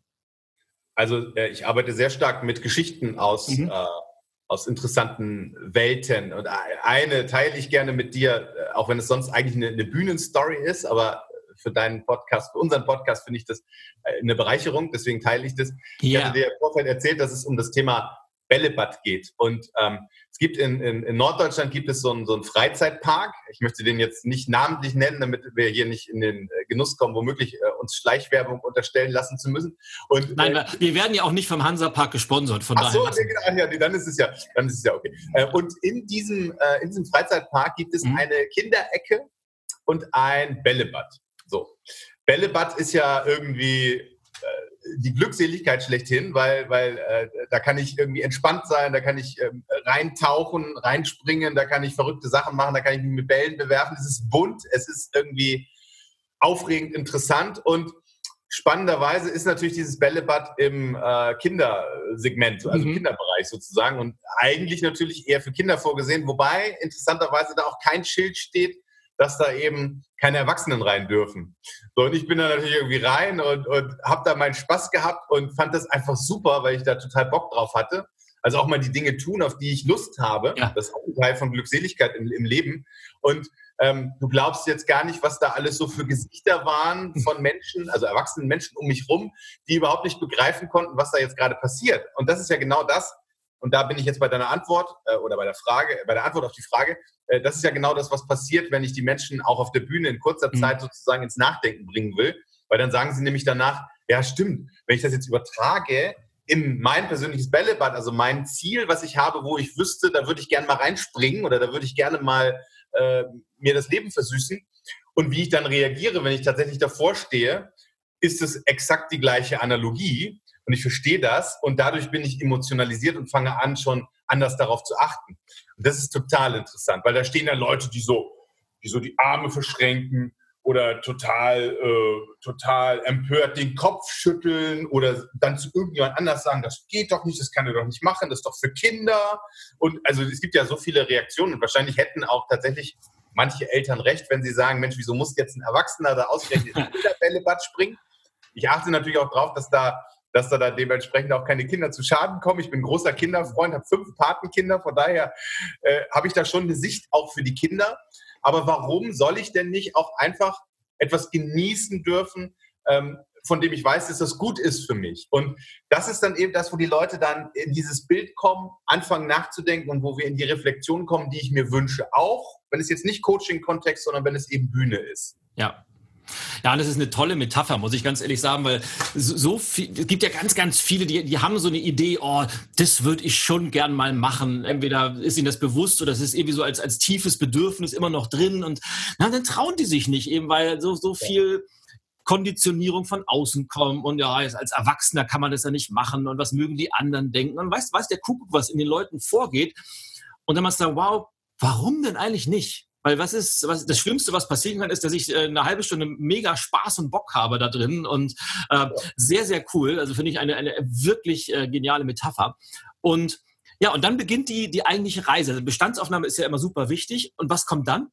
Also äh, ich arbeite sehr stark mit Geschichten aus, mhm. äh, aus interessanten Welten. Und eine teile ich gerne mit dir, auch wenn es sonst eigentlich eine, eine Bühnenstory ist, aber für deinen Podcast, für unseren Podcast finde ich das eine Bereicherung, deswegen teile ich das. Ich ja. hatte dir im Vorfeld erzählt, dass es um das Thema Bällebad geht. Und ähm, es gibt in, in, in Norddeutschland gibt es so einen, so einen Freizeitpark. Ich möchte den jetzt nicht namentlich nennen, damit wir hier nicht in den Genuss kommen, womöglich äh, uns Schleichwerbung unterstellen lassen zu müssen. Und, Nein, äh, wir werden ja auch nicht vom Hansapark gesponsert, von ach daher. So, nee, genau, ja, nee, dann ist es ja, dann ist es ja okay. Äh, und in diesem, äh, in diesem Freizeitpark gibt es mhm. eine Kinderecke und ein Bällebad. So, Bällebad ist ja irgendwie die Glückseligkeit schlechthin, weil, weil äh, da kann ich irgendwie entspannt sein, da kann ich ähm, reintauchen, reinspringen, da kann ich verrückte Sachen machen, da kann ich mich mit Bällen bewerfen. Es ist bunt, es ist irgendwie aufregend, interessant und spannenderweise ist natürlich dieses Bällebad im äh, Kindersegment, also mhm. Kinderbereich sozusagen und eigentlich natürlich eher für Kinder vorgesehen, wobei interessanterweise da auch kein Schild steht, dass da eben keine Erwachsenen rein dürfen. So, und ich bin da natürlich irgendwie rein und, und habe da meinen Spaß gehabt und fand das einfach super, weil ich da total Bock drauf hatte. Also auch mal die Dinge tun, auf die ich Lust habe. Ja. Das ist auch ein Teil von Glückseligkeit im, im Leben. Und ähm, du glaubst jetzt gar nicht, was da alles so für Gesichter waren von Menschen, also erwachsenen Menschen um mich rum, die überhaupt nicht begreifen konnten, was da jetzt gerade passiert. Und das ist ja genau das, und da bin ich jetzt bei deiner Antwort äh, oder bei der Frage, bei der Antwort auf die Frage, äh, das ist ja genau das, was passiert, wenn ich die Menschen auch auf der Bühne in kurzer mhm. Zeit sozusagen ins Nachdenken bringen will, weil dann sagen sie nämlich danach, ja stimmt, wenn ich das jetzt übertrage in mein persönliches Bällebad, also mein Ziel, was ich habe, wo ich wüsste, da würde ich gerne mal reinspringen oder da würde ich gerne mal äh, mir das Leben versüßen und wie ich dann reagiere, wenn ich tatsächlich davor stehe, ist es exakt die gleiche Analogie. Und ich verstehe das und dadurch bin ich emotionalisiert und fange an, schon anders darauf zu achten. Und das ist total interessant, weil da stehen ja Leute, die so, die so die Arme verschränken oder total, äh, total empört den Kopf schütteln oder dann zu irgendjemand anders sagen, das geht doch nicht, das kann er doch nicht machen, das ist doch für Kinder. Und also es gibt ja so viele Reaktionen und wahrscheinlich hätten auch tatsächlich manche Eltern recht, wenn sie sagen, Mensch, wieso muss jetzt ein Erwachsener da ausgerechnet in das Bällebad springen? Ich achte natürlich auch drauf, dass da dass da dann dementsprechend auch keine Kinder zu Schaden kommen. Ich bin ein großer Kinderfreund, habe fünf Patenkinder, von daher äh, habe ich da schon eine Sicht auch für die Kinder. Aber warum soll ich denn nicht auch einfach etwas genießen dürfen, ähm, von dem ich weiß, dass das gut ist für mich? Und das ist dann eben das, wo die Leute dann in dieses Bild kommen, anfangen nachzudenken und wo wir in die Reflexion kommen, die ich mir wünsche. Auch wenn es jetzt nicht Coaching-Kontext, sondern wenn es eben Bühne ist. Ja. Ja, und das ist eine tolle Metapher, muss ich ganz ehrlich sagen, weil so, so viel, es gibt ja ganz, ganz viele, die, die haben so eine Idee, oh, das würde ich schon gern mal machen. Entweder ist ihnen das bewusst oder es ist irgendwie so als, als tiefes Bedürfnis immer noch drin und na, dann trauen die sich nicht eben, weil so, so viel Konditionierung von außen kommt und ja, als Erwachsener kann man das ja nicht machen und was mögen die anderen denken und weiß, weiß der Kuckuck, was in den Leuten vorgeht und dann mal sagen, wow, warum denn eigentlich nicht? Weil was ist, was das Schlimmste, was passieren kann, ist, dass ich äh, eine halbe Stunde mega Spaß und Bock habe da drin und äh, sehr, sehr cool. Also finde ich eine, eine wirklich äh, geniale Metapher. Und ja, und dann beginnt die, die eigentliche Reise. Also Bestandsaufnahme ist ja immer super wichtig. Und was kommt dann?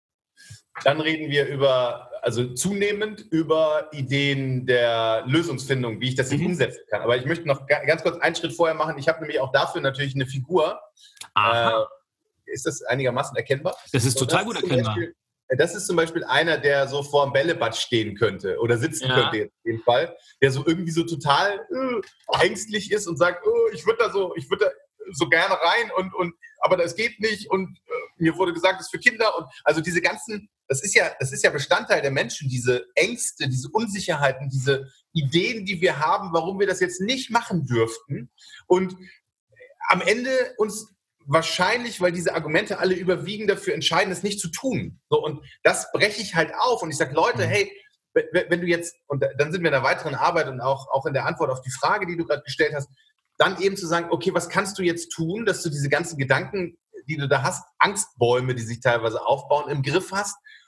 Dann reden wir über, also zunehmend über Ideen der Lösungsfindung, wie ich das jetzt mhm. umsetzen kann. Aber ich möchte noch ganz kurz einen Schritt vorher machen. Ich habe nämlich auch dafür natürlich eine Figur. Aha. Äh, Ist das einigermaßen erkennbar? Das ist total gut erkennbar. Beispiel, das ist zum Beispiel einer, der so vor dem Bällebad stehen könnte oder sitzen ja. könnte jetzt in dem Fall, der so irgendwie so total äh, ängstlich ist und sagt, oh, ich würde da so, ich würde da so gerne rein und, und aber das geht nicht und äh, mir wurde gesagt, das ist für Kinder und also diese ganzen, das ist ja, das ist ja Bestandteil der Menschen, diese Ängste, diese Unsicherheiten, diese Ideen, die wir haben, warum wir das jetzt nicht machen dürften und am Ende uns wahrscheinlich, weil diese Argumente alle überwiegen, dafür entscheiden, es nicht zu tun. So, und das breche ich halt auf. Und ich sage, Leute, hey, wenn du jetzt, und dann sind wir in der weiteren Arbeit und auch, auch in der Antwort auf die Frage, die du gerade gestellt hast, dann eben zu sagen, okay, was kannst du jetzt tun, dass du diese ganzen Gedanken, die du da hast, Angstbäume, die sich teilweise aufbauen, im Griff hast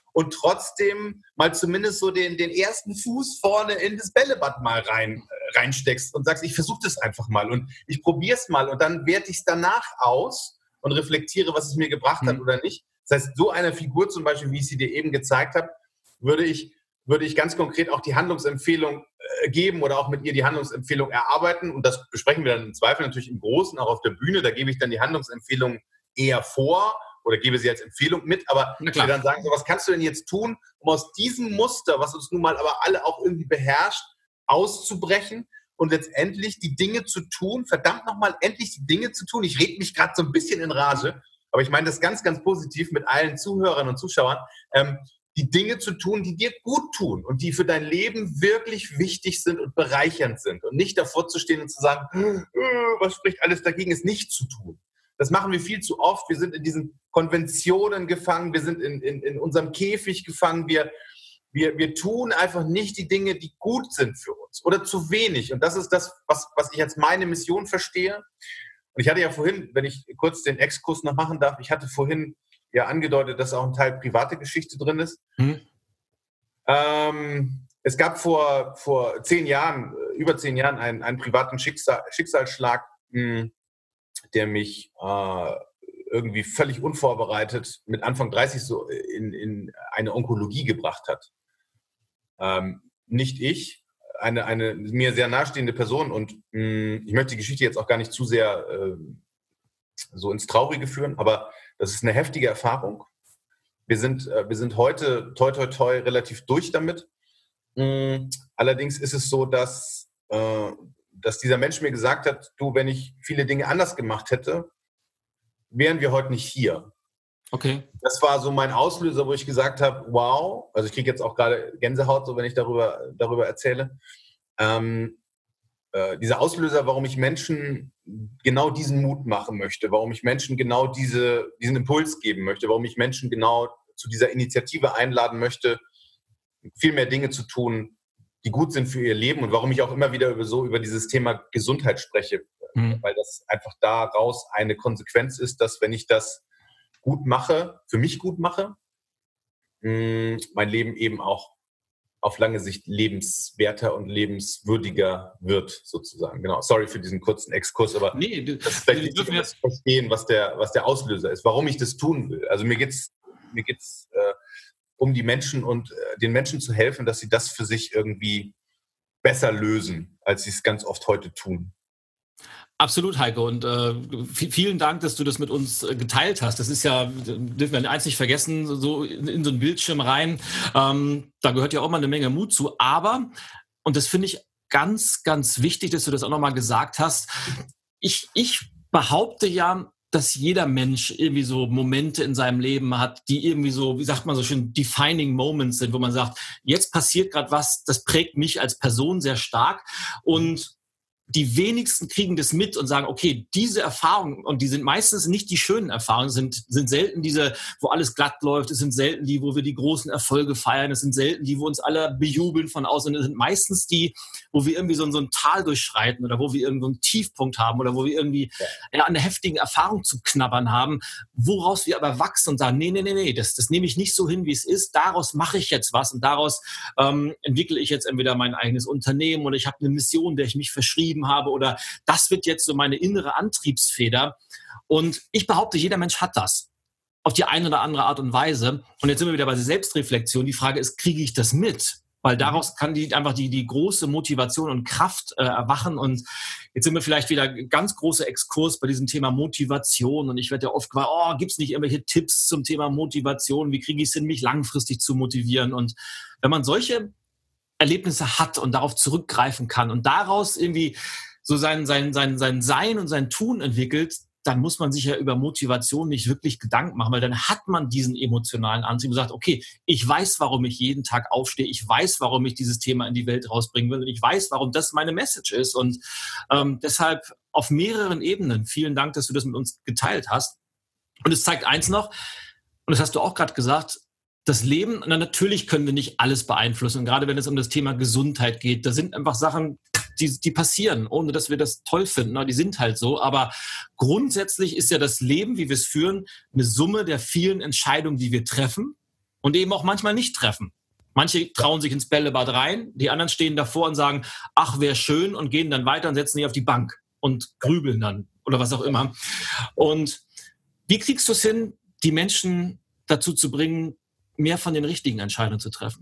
und trotzdem mal zumindest so den, den ersten Fuß vorne in das Bällebad mal rein, äh, reinsteckst und sagst, ich versuche das einfach mal und ich probiere es mal und dann werte ich es danach aus und reflektiere, was es mir gebracht hat mhm. oder nicht. Das heißt, so eine Figur zum Beispiel, wie ich sie dir eben gezeigt habe, würde ich, würde ich ganz konkret auch die Handlungsempfehlung äh, geben oder auch mit ihr die Handlungsempfehlung erarbeiten. Und das besprechen wir dann im Zweifel natürlich im Großen, auch auf der Bühne. Da gebe ich dann die Handlungsempfehlung eher vor oder gebe sie als Empfehlung mit. Aber wir dann sagen, so, was kannst du denn jetzt tun, um aus diesem Muster, was uns nun mal aber alle auch irgendwie beherrscht, auszubrechen und letztendlich die Dinge zu tun, verdammt nochmal, endlich die Dinge zu tun. Ich rede mich gerade so ein bisschen in Rage, aber ich meine das ganz, ganz positiv mit allen Zuhörern und Zuschauern, ähm, die Dinge zu tun, die dir gut tun und die für dein Leben wirklich wichtig sind und bereichernd sind und nicht davor zu stehen und zu sagen, was spricht alles dagegen, es nicht zu tun. Das machen wir viel zu oft. Wir sind in diesen Konventionen gefangen, wir sind in, in, in unserem Käfig gefangen, wir, wir, wir tun einfach nicht die Dinge, die gut sind für uns oder zu wenig. Und das ist das, was, was ich als meine Mission verstehe. Und ich hatte ja vorhin, wenn ich kurz den Exkurs noch machen darf, ich hatte vorhin ja angedeutet, dass auch ein Teil private Geschichte drin ist. Mhm. Ähm, es gab vor, vor zehn Jahren, über zehn Jahren, einen, einen privaten Schicksal, Schicksalsschlag, mh, der mich äh, irgendwie völlig unvorbereitet mit Anfang dreißig so in, in eine Onkologie gebracht hat. Ähm, nicht ich, eine, eine mir sehr nahestehende Person. Und mh, ich möchte die Geschichte jetzt auch gar nicht zu sehr äh, so ins Traurige führen, aber das ist eine heftige Erfahrung. Wir sind, wir sind heute, toi, toi, toi, relativ durch damit. Allerdings ist es so, dass, dass dieser Mensch mir gesagt hat, du, wenn ich viele Dinge anders gemacht hätte, wären wir heute nicht hier. Okay. Das war so mein Auslöser, wo ich gesagt habe, wow, also ich kriege jetzt auch gerade Gänsehaut, so wenn ich darüber, darüber erzähle. Ähm, äh, dieser Auslöser, warum ich Menschen genau diesen Mut machen möchte, warum ich Menschen genau diese, diesen Impuls geben möchte, warum ich Menschen genau zu dieser Initiative einladen möchte, viel mehr Dinge zu tun, die gut sind für ihr Leben und warum ich auch immer wieder über so über dieses Thema Gesundheit spreche, mhm. weil das einfach daraus eine Konsequenz ist, dass wenn ich das gut mache, für mich gut mache, mh, mein Leben eben auch auf lange Sicht lebenswerter und lebenswürdiger wird, sozusagen. Genau. Sorry für diesen kurzen Exkurs, aber nee, du, das ist vielleicht wichtig, um zu verstehen, was der, was der Auslöser ist, warum ich das tun will. Also mir geht's, mir geht's äh, um die Menschen und äh, den Menschen zu helfen, dass sie das für sich irgendwie besser lösen, als sie es ganz oft heute tun. Absolut, Heiko. Und äh, vielen Dank, dass du das mit uns äh, geteilt hast. Das ist ja, dürfen wir eins nicht vergessen, so in, in so einen Bildschirm rein. Ähm, da gehört ja auch mal eine Menge Mut zu. Aber, und das finde ich ganz, ganz wichtig, dass du das auch nochmal gesagt hast, ich, ich behaupte ja, dass jeder Mensch irgendwie so Momente in seinem Leben hat, die irgendwie so, wie sagt man so schön, defining moments sind, wo man sagt, jetzt passiert gerade was, das prägt mich als Person sehr stark. Und die wenigsten kriegen das mit und sagen, okay, diese Erfahrungen, und die sind meistens nicht die schönen Erfahrungen, sind, sind selten diese, wo alles glatt läuft, es sind selten die, wo wir die großen Erfolge feiern, es sind selten die, wo uns alle bejubeln von außen, es sind meistens die, wo wir irgendwie so, so ein Tal durchschreiten oder wo wir irgendwo einen Tiefpunkt haben oder wo wir irgendwie ja, eine heftige Erfahrung zu knabbern haben, woraus wir aber wachsen und sagen, nee, nee, nee, nee, das, das nehme ich nicht so hin, wie es ist, daraus mache ich jetzt was und daraus ähm, entwickle ich jetzt entweder mein eigenes Unternehmen oder ich habe eine Mission, der ich mich verschrieben habe oder das wird jetzt so meine innere Antriebsfeder. Und ich behaupte, jeder Mensch hat das auf die eine oder andere Art und Weise. Und jetzt sind wir wieder bei der Selbstreflexion. Die Frage ist, kriege ich das mit? Weil daraus kann die einfach die, die große Motivation und Kraft äh, erwachen. Und jetzt sind wir vielleicht wieder ganz großer Exkurs bei diesem Thema Motivation. Und ich werde ja oft gefragt, oh, gibt es nicht irgendwelche Tipps zum Thema Motivation? Wie kriege ich es hin, mich langfristig zu motivieren? Und wenn man solche Erlebnisse hat und darauf zurückgreifen kann und daraus irgendwie so sein, sein, sein, sein Sein und sein Tun entwickelt, dann muss man sich ja über Motivation nicht wirklich Gedanken machen, weil dann hat man diesen emotionalen Antrieb und sagt, okay, ich weiß, warum ich jeden Tag aufstehe, ich weiß, warum ich dieses Thema in die Welt rausbringen will und ich weiß, warum das meine Message ist. Und ähm, deshalb auf mehreren Ebenen, vielen Dank, dass du das mit uns geteilt hast. Und es zeigt eins noch, und das hast du auch gerade gesagt, das Leben, na, natürlich können wir nicht alles beeinflussen. Und gerade wenn es um das Thema Gesundheit geht, da sind einfach Sachen, die, die passieren, ohne dass wir das toll finden. Na, die sind halt so. Aber grundsätzlich ist ja das Leben, wie wir es führen, eine Summe der vielen Entscheidungen, die wir treffen. und eben auch manchmal nicht treffen. Manche trauen sich ins Bällebad rein, die anderen stehen davor und sagen, ach, wäre schön, und gehen dann weiter und setzen sich auf die Bank und grübeln dann oder was auch immer. Und wie kriegst du es hin, die Menschen dazu zu bringen, mehr von den richtigen Entscheidungen zu treffen?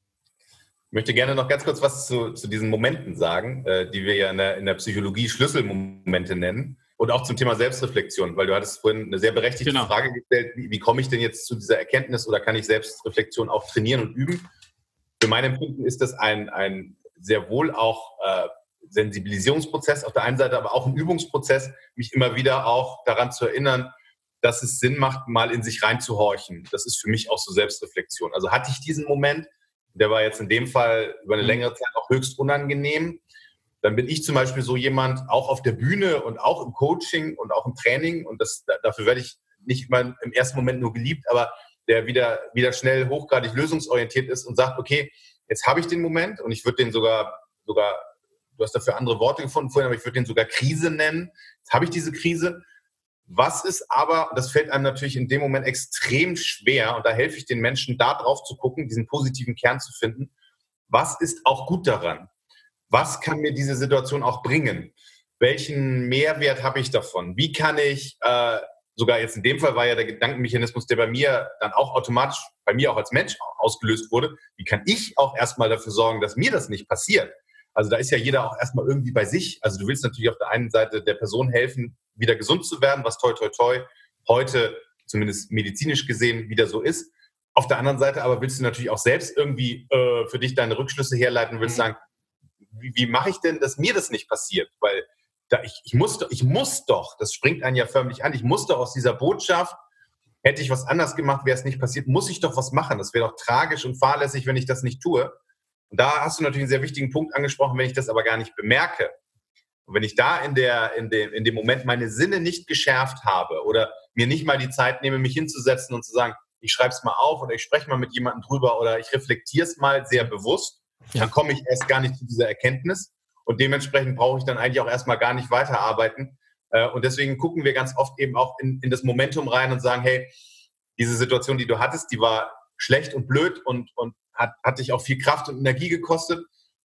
Ich möchte gerne noch ganz kurz was zu, zu diesen Momenten sagen, äh, die wir ja in der, in der Psychologie Schlüsselmomente nennen. Und auch zum Thema Selbstreflexion, weil du hattest vorhin eine sehr berechtigte Genau. Frage gestellt, wie, wie komme ich denn jetzt zu dieser Erkenntnis oder kann ich Selbstreflexion auch trainieren und üben? Für mein Empfinden ist das ein, ein sehr wohl auch äh, Sensibilisierungsprozess auf der einen Seite, aber auch ein Übungsprozess, mich immer wieder auch daran zu erinnern, dass es Sinn macht, mal in sich reinzuhorchen. Das ist für mich auch so Selbstreflexion. Also hatte ich diesen Moment, der war jetzt in dem Fall über eine längere Zeit auch höchst unangenehm. Dann bin ich zum Beispiel so jemand, auch auf der Bühne und auch im Coaching und auch im Training, und das, dafür werde ich nicht immer im ersten Moment nur geliebt, aber der wieder, wieder schnell hochgradig lösungsorientiert ist und sagt, okay, jetzt habe ich den Moment, und ich würde den sogar, sogar, du hast dafür andere Worte gefunden vorhin, aber ich würde den sogar Krise nennen. Jetzt habe ich diese Krise. Was ist aber, das fällt einem natürlich in dem Moment extrem schwer, und da helfe ich den Menschen, da drauf zu gucken, diesen positiven Kern zu finden. Was ist auch gut daran? Was kann mir diese Situation auch bringen? Welchen Mehrwert habe ich davon? Wie kann ich, äh, sogar jetzt in dem Fall war ja der Gedankenmechanismus, der bei mir dann auch automatisch, bei mir auch als Mensch ausgelöst wurde, wie kann ich auch erstmal dafür sorgen, dass mir das nicht passiert? Also da ist ja jeder auch erstmal irgendwie bei sich. Also du willst natürlich auf der einen Seite der Person helfen, wieder gesund zu werden, was toi toi toi heute zumindest medizinisch gesehen wieder so ist. Auf der anderen Seite aber willst du natürlich auch selbst irgendwie äh, für dich deine Rückschlüsse herleiten, willst mhm. sagen, wie, wie mache ich denn, dass mir das nicht passiert? Weil da, ich, ich, muss doch, ich muss doch, das springt einen ja förmlich an, ich muss doch aus dieser Botschaft, hätte ich was anders gemacht, wäre es nicht passiert, muss ich doch was machen. Das wäre doch tragisch und fahrlässig, wenn ich das nicht tue. Und da hast du natürlich einen sehr wichtigen Punkt angesprochen, wenn ich das aber gar nicht bemerke. Und wenn ich da in, der, in, dem, in dem Moment meine Sinne nicht geschärft habe oder mir nicht mal die Zeit nehme, mich hinzusetzen und zu sagen, ich schreibe es mal auf oder ich spreche mal mit jemandem drüber oder ich reflektiere es mal sehr bewusst, ja. Dann komme ich erst gar nicht zu dieser Erkenntnis, und dementsprechend brauche ich dann eigentlich auch erstmal gar nicht weiterarbeiten. Und deswegen gucken wir ganz oft eben auch in, in das Momentum rein und sagen, hey, diese Situation, die du hattest, die war schlecht und blöd und, und hat, hat dich auch viel Kraft und Energie gekostet.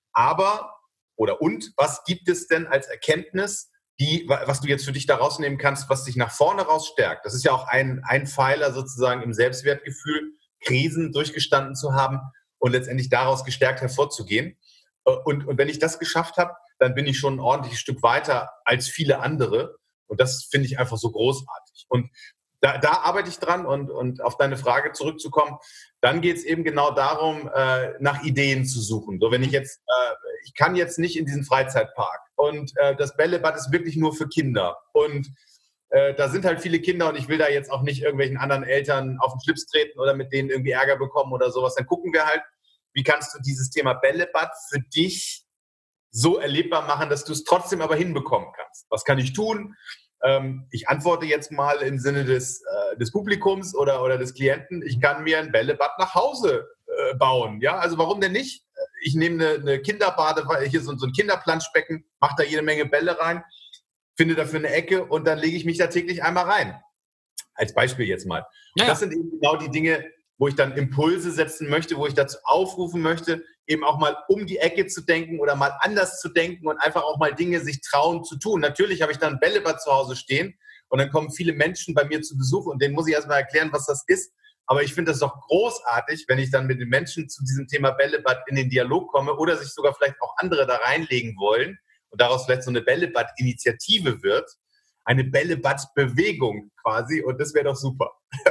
Aber, oder und, was gibt es denn als Erkenntnis, die, was du jetzt für dich da rausnehmen kannst, was dich nach vorne raus stärkt? Das ist ja auch ein, ein Pfeiler sozusagen im Selbstwertgefühl, Krisen durchgestanden zu haben und letztendlich daraus gestärkt hervorzugehen. Und, und wenn ich das geschafft habe, dann bin ich schon ein ordentliches Stück weiter als viele andere. Und das finde ich einfach so großartig. Und da, da arbeite ich dran. Und, und auf deine Frage zurückzukommen, dann geht es eben genau darum, äh, nach Ideen zu suchen. So, wenn ich jetzt, äh, ich kann jetzt nicht in diesen Freizeitpark. Und äh, das Bällebad ist wirklich nur für Kinder. Und äh, da sind halt viele Kinder, und ich will da jetzt auch nicht irgendwelchen anderen Eltern auf den Schlips treten oder mit denen irgendwie Ärger bekommen oder sowas. Dann gucken wir halt, wie kannst du dieses Thema Bällebad für dich so erlebbar machen, dass du es trotzdem aber hinbekommen kannst? Was kann ich tun? Ähm, ich antworte jetzt mal im Sinne des, äh, des Publikums oder, oder des Klienten. Ich kann mir ein Bällebad nach Hause äh, bauen. Ja, also warum denn nicht? Ich nehme eine, eine Kinderbade, hier so, so ein Kinderplanschbecken, mache da jede Menge Bälle rein, finde dafür eine Ecke und dann lege ich mich da täglich einmal rein. Als Beispiel jetzt mal. Ja. Das sind eben genau die Dinge, wo ich dann Impulse setzen möchte, wo ich dazu aufrufen möchte, eben auch mal um die Ecke zu denken oder mal anders zu denken und einfach auch mal Dinge sich trauen zu tun. Natürlich habe ich dann ein Bällebad zu Hause stehen und dann kommen viele Menschen bei mir zu Besuch und denen muss ich erstmal erklären, was das ist. Aber ich finde das doch großartig, wenn ich dann mit den Menschen zu diesem Thema Bällebad in den Dialog komme oder sich sogar vielleicht auch andere da reinlegen wollen und daraus vielleicht so eine Bällebad-Initiative wird. Eine Bällebad-Bewegung quasi, und das wäre doch super.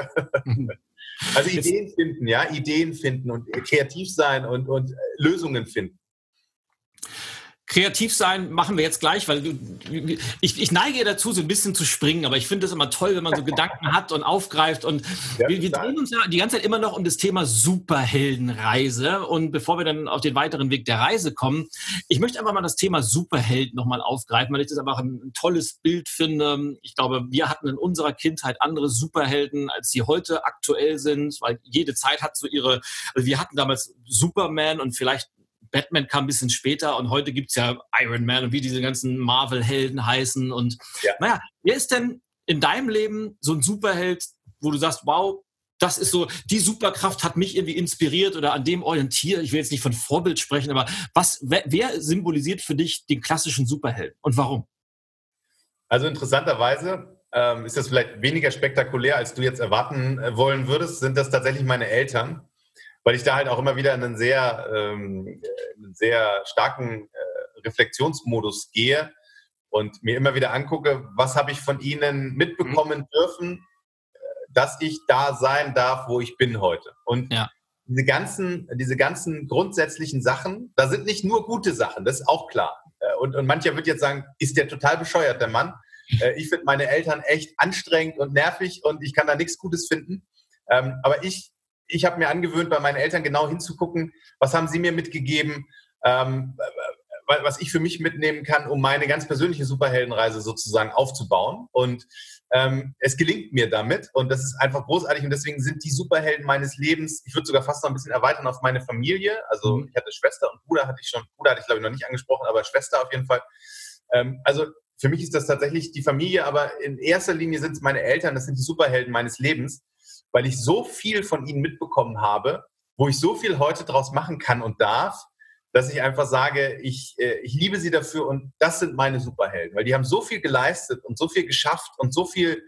Also Ideen finden, ja, Ideen finden und kreativ sein und, und Lösungen finden. Kreativ sein machen wir jetzt gleich, weil du, ich, ich neige dazu, so ein bisschen zu springen, aber ich finde es immer toll, wenn man so Gedanken hat und aufgreift. Und ja, wir, wir drehen uns ja die ganze Zeit immer noch um das Thema Superheldenreise. Und bevor wir dann auf den weiteren Weg der Reise kommen, ich möchte einfach mal das Thema Superheld nochmal aufgreifen, weil ich das einfach ein, ein tolles Bild finde. Ich glaube, wir hatten in unserer Kindheit andere Superhelden, als sie heute aktuell sind, weil jede Zeit hat so ihre, also wir hatten damals Superman und vielleicht Batman kam ein bisschen später und heute gibt's ja Iron Man und wie diese ganzen Marvel-Helden heißen. Und ja. naja, wer ist denn in deinem Leben so ein Superheld, wo du sagst, wow, das ist so, die Superkraft hat mich irgendwie inspiriert oder an dem orientiert. Ich will jetzt nicht von Vorbild sprechen, aber was, wer, wer symbolisiert für dich den klassischen Superhelden und warum? Also interessanterweise ähm, ist das vielleicht weniger spektakulär, als du jetzt erwarten äh, wollen würdest, sind das tatsächlich meine Eltern, weil ich da halt auch immer wieder in einen sehr, ähm, einen sehr starken äh, Reflexionsmodus gehe und mir immer wieder angucke, was habe ich von ihnen mitbekommen dürfen, dass ich da sein darf, wo ich bin heute. Und ja. diese ganzen, diese ganzen grundsätzlichen Sachen, da sind nicht nur gute Sachen, das ist auch klar. Und, und mancher wird jetzt sagen, ist der total bescheuert, der Mann. Ich finde meine Eltern echt anstrengend und nervig und ich kann da nichts Gutes finden. Aber ich, ich habe mir angewöhnt, bei meinen Eltern genau hinzugucken, was haben sie mir mitgegeben, was ich für mich mitnehmen kann, um meine ganz persönliche Superheldenreise sozusagen aufzubauen. Und ähm, es gelingt mir damit und das ist einfach großartig und deswegen sind die Superhelden meines Lebens, ich würde sogar fast noch ein bisschen erweitern auf meine Familie. Also mhm. ich hatte Schwester und Bruder hatte ich schon, Bruder hatte ich glaube ich noch nicht angesprochen, aber Schwester auf jeden Fall. Ähm, also für mich ist das tatsächlich die Familie, aber in erster Linie sind es meine Eltern, das sind die Superhelden meines Lebens, weil ich so viel von ihnen mitbekommen habe, wo ich so viel heute draus machen kann und darf, dass ich einfach sage, ich, äh, ich liebe sie dafür und das sind meine Superhelden, weil die haben so viel geleistet und so viel geschafft und so viel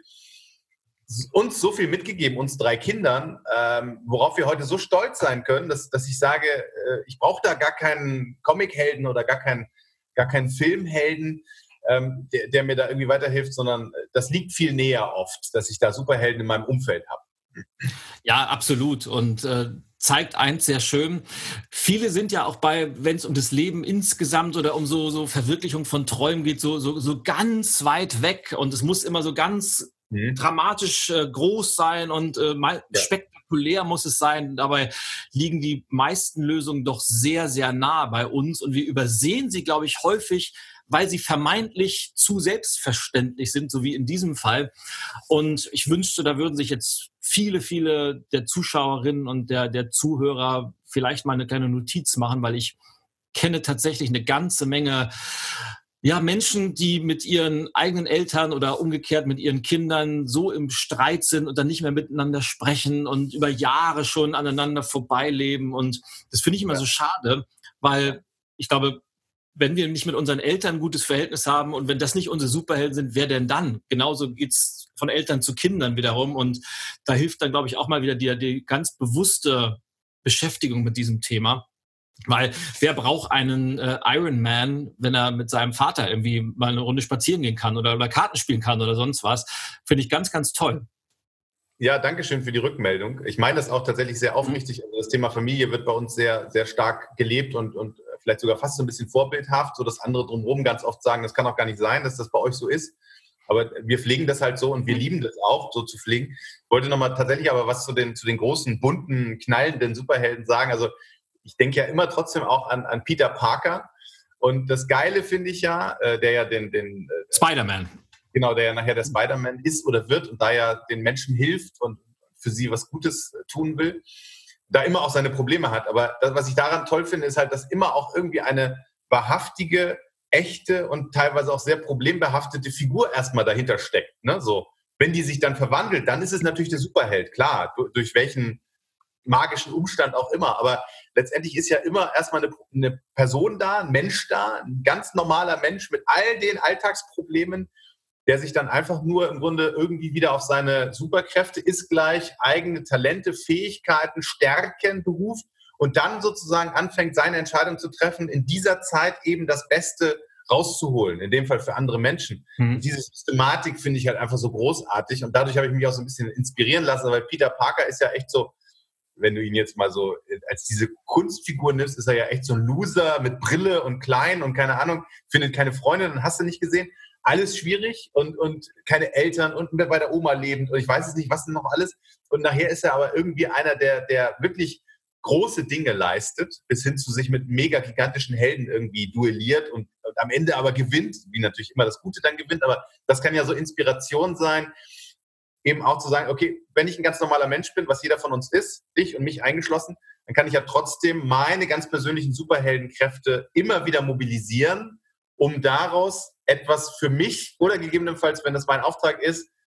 uns so viel mitgegeben, uns drei Kindern, ähm, worauf wir heute so stolz sein können, dass, dass ich sage, äh, ich brauche da gar keinen Comichelden oder gar keinen, gar keinen Filmhelden, ähm, der, der mir da irgendwie weiterhilft, sondern das liegt viel näher oft, dass ich da Superhelden in meinem Umfeld habe. Ja, absolut. Und äh, zeigt eins sehr schön. Viele sind ja auch bei, wenn es um das Leben insgesamt oder um so, so Verwirklichung von Träumen geht, so, so, so ganz weit weg. Und es muss immer so ganz mhm. dramatisch äh, groß sein und äh, mal ja. spektakulär muss es sein. Dabei liegen die meisten Lösungen doch sehr, sehr nah bei uns. Und wir übersehen sie, glaube ich, häufig, weil sie vermeintlich zu selbstverständlich sind, so wie in diesem Fall. Und ich wünschte, da würden sich jetzt viele, viele der Zuschauerinnen und der, der Zuhörer vielleicht mal eine kleine Notiz machen, weil ich kenne tatsächlich eine ganze Menge ja, Menschen, die mit ihren eigenen Eltern oder umgekehrt mit ihren Kindern so im Streit sind und dann nicht mehr miteinander sprechen und über Jahre schon aneinander vorbeileben. Und das finde ich immer ja. so schade, weil ich glaube, wenn wir nicht mit unseren Eltern ein gutes Verhältnis haben und wenn das nicht unsere Superhelden sind, wer denn dann? Genauso geht's von Eltern zu Kindern wiederum. Und da hilft dann, glaube ich, auch mal wieder die, die ganz bewusste Beschäftigung mit diesem Thema. Weil wer braucht einen äh, Iron Man, wenn er mit seinem Vater irgendwie mal eine Runde spazieren gehen kann oder, oder Karten spielen kann oder sonst was? Finde ich ganz, ganz toll. Ja, danke schön für die Rückmeldung. Ich meine das auch tatsächlich sehr aufrichtig. Also das Thema Familie wird bei uns sehr, sehr stark gelebt und, und vielleicht sogar fast so ein bisschen vorbildhaft, so dass andere drumherum ganz oft sagen, das kann auch gar nicht sein, dass das bei euch so ist. Aber wir pflegen das halt so und wir lieben das auch, so zu pflegen. Ich wollte nochmal tatsächlich aber was zu den, zu den großen, bunten, knallenden Superhelden sagen. Also ich denke ja immer trotzdem auch an, an Peter Parker. Und das Geile finde ich ja, äh, der ja den... den äh, Spider-Man. Genau, der ja nachher der Spider-Man ist oder wird und da ja den Menschen hilft und für sie was Gutes tun will, da immer auch seine Probleme hat. Aber das, was ich daran toll finde, ist halt, dass immer auch irgendwie eine wahrhaftige, echte und teilweise auch sehr problembehaftete Figur erstmal dahinter steckt. Ne? So, wenn die sich dann verwandelt, dann ist es natürlich der Superheld, klar, durch, durch welchen magischen Umstand auch immer. Aber letztendlich ist ja immer erstmal eine, eine Person da, ein Mensch da, ein ganz normaler Mensch mit all den Alltagsproblemen, der sich dann einfach nur im Grunde irgendwie wieder auf seine Superkräfte ist gleich, eigene Talente, Fähigkeiten, Stärken beruft und dann sozusagen anfängt, seine Entscheidung zu treffen, in dieser Zeit eben das Beste rauszuholen, in dem Fall für andere Menschen. Mhm. Diese Systematik finde ich halt einfach so großartig und dadurch habe ich mich auch so ein bisschen inspirieren lassen, weil Peter Parker ist ja echt so, wenn du ihn jetzt mal so als diese Kunstfigur nimmst, ist er ja echt so ein Loser mit Brille und klein und keine Ahnung, findet keine Freunde, dann hast du nicht gesehen. Alles schwierig und, und keine Eltern und bei der Oma lebend und ich weiß es nicht, was denn noch alles. Und nachher ist er aber irgendwie einer, der, der wirklich große Dinge leistet, bis hin zu sich mit mega gigantischen Helden irgendwie duelliert und, und am Ende aber gewinnt, wie natürlich immer das Gute dann gewinnt, aber das kann ja so Inspiration sein, eben auch zu sagen, okay, wenn ich ein ganz normaler Mensch bin, was jeder von uns ist, dich und mich eingeschlossen, dann kann ich ja trotzdem meine ganz persönlichen Superheldenkräfte immer wieder mobilisieren, um daraus etwas für mich oder gegebenenfalls, wenn das mein Auftrag ist,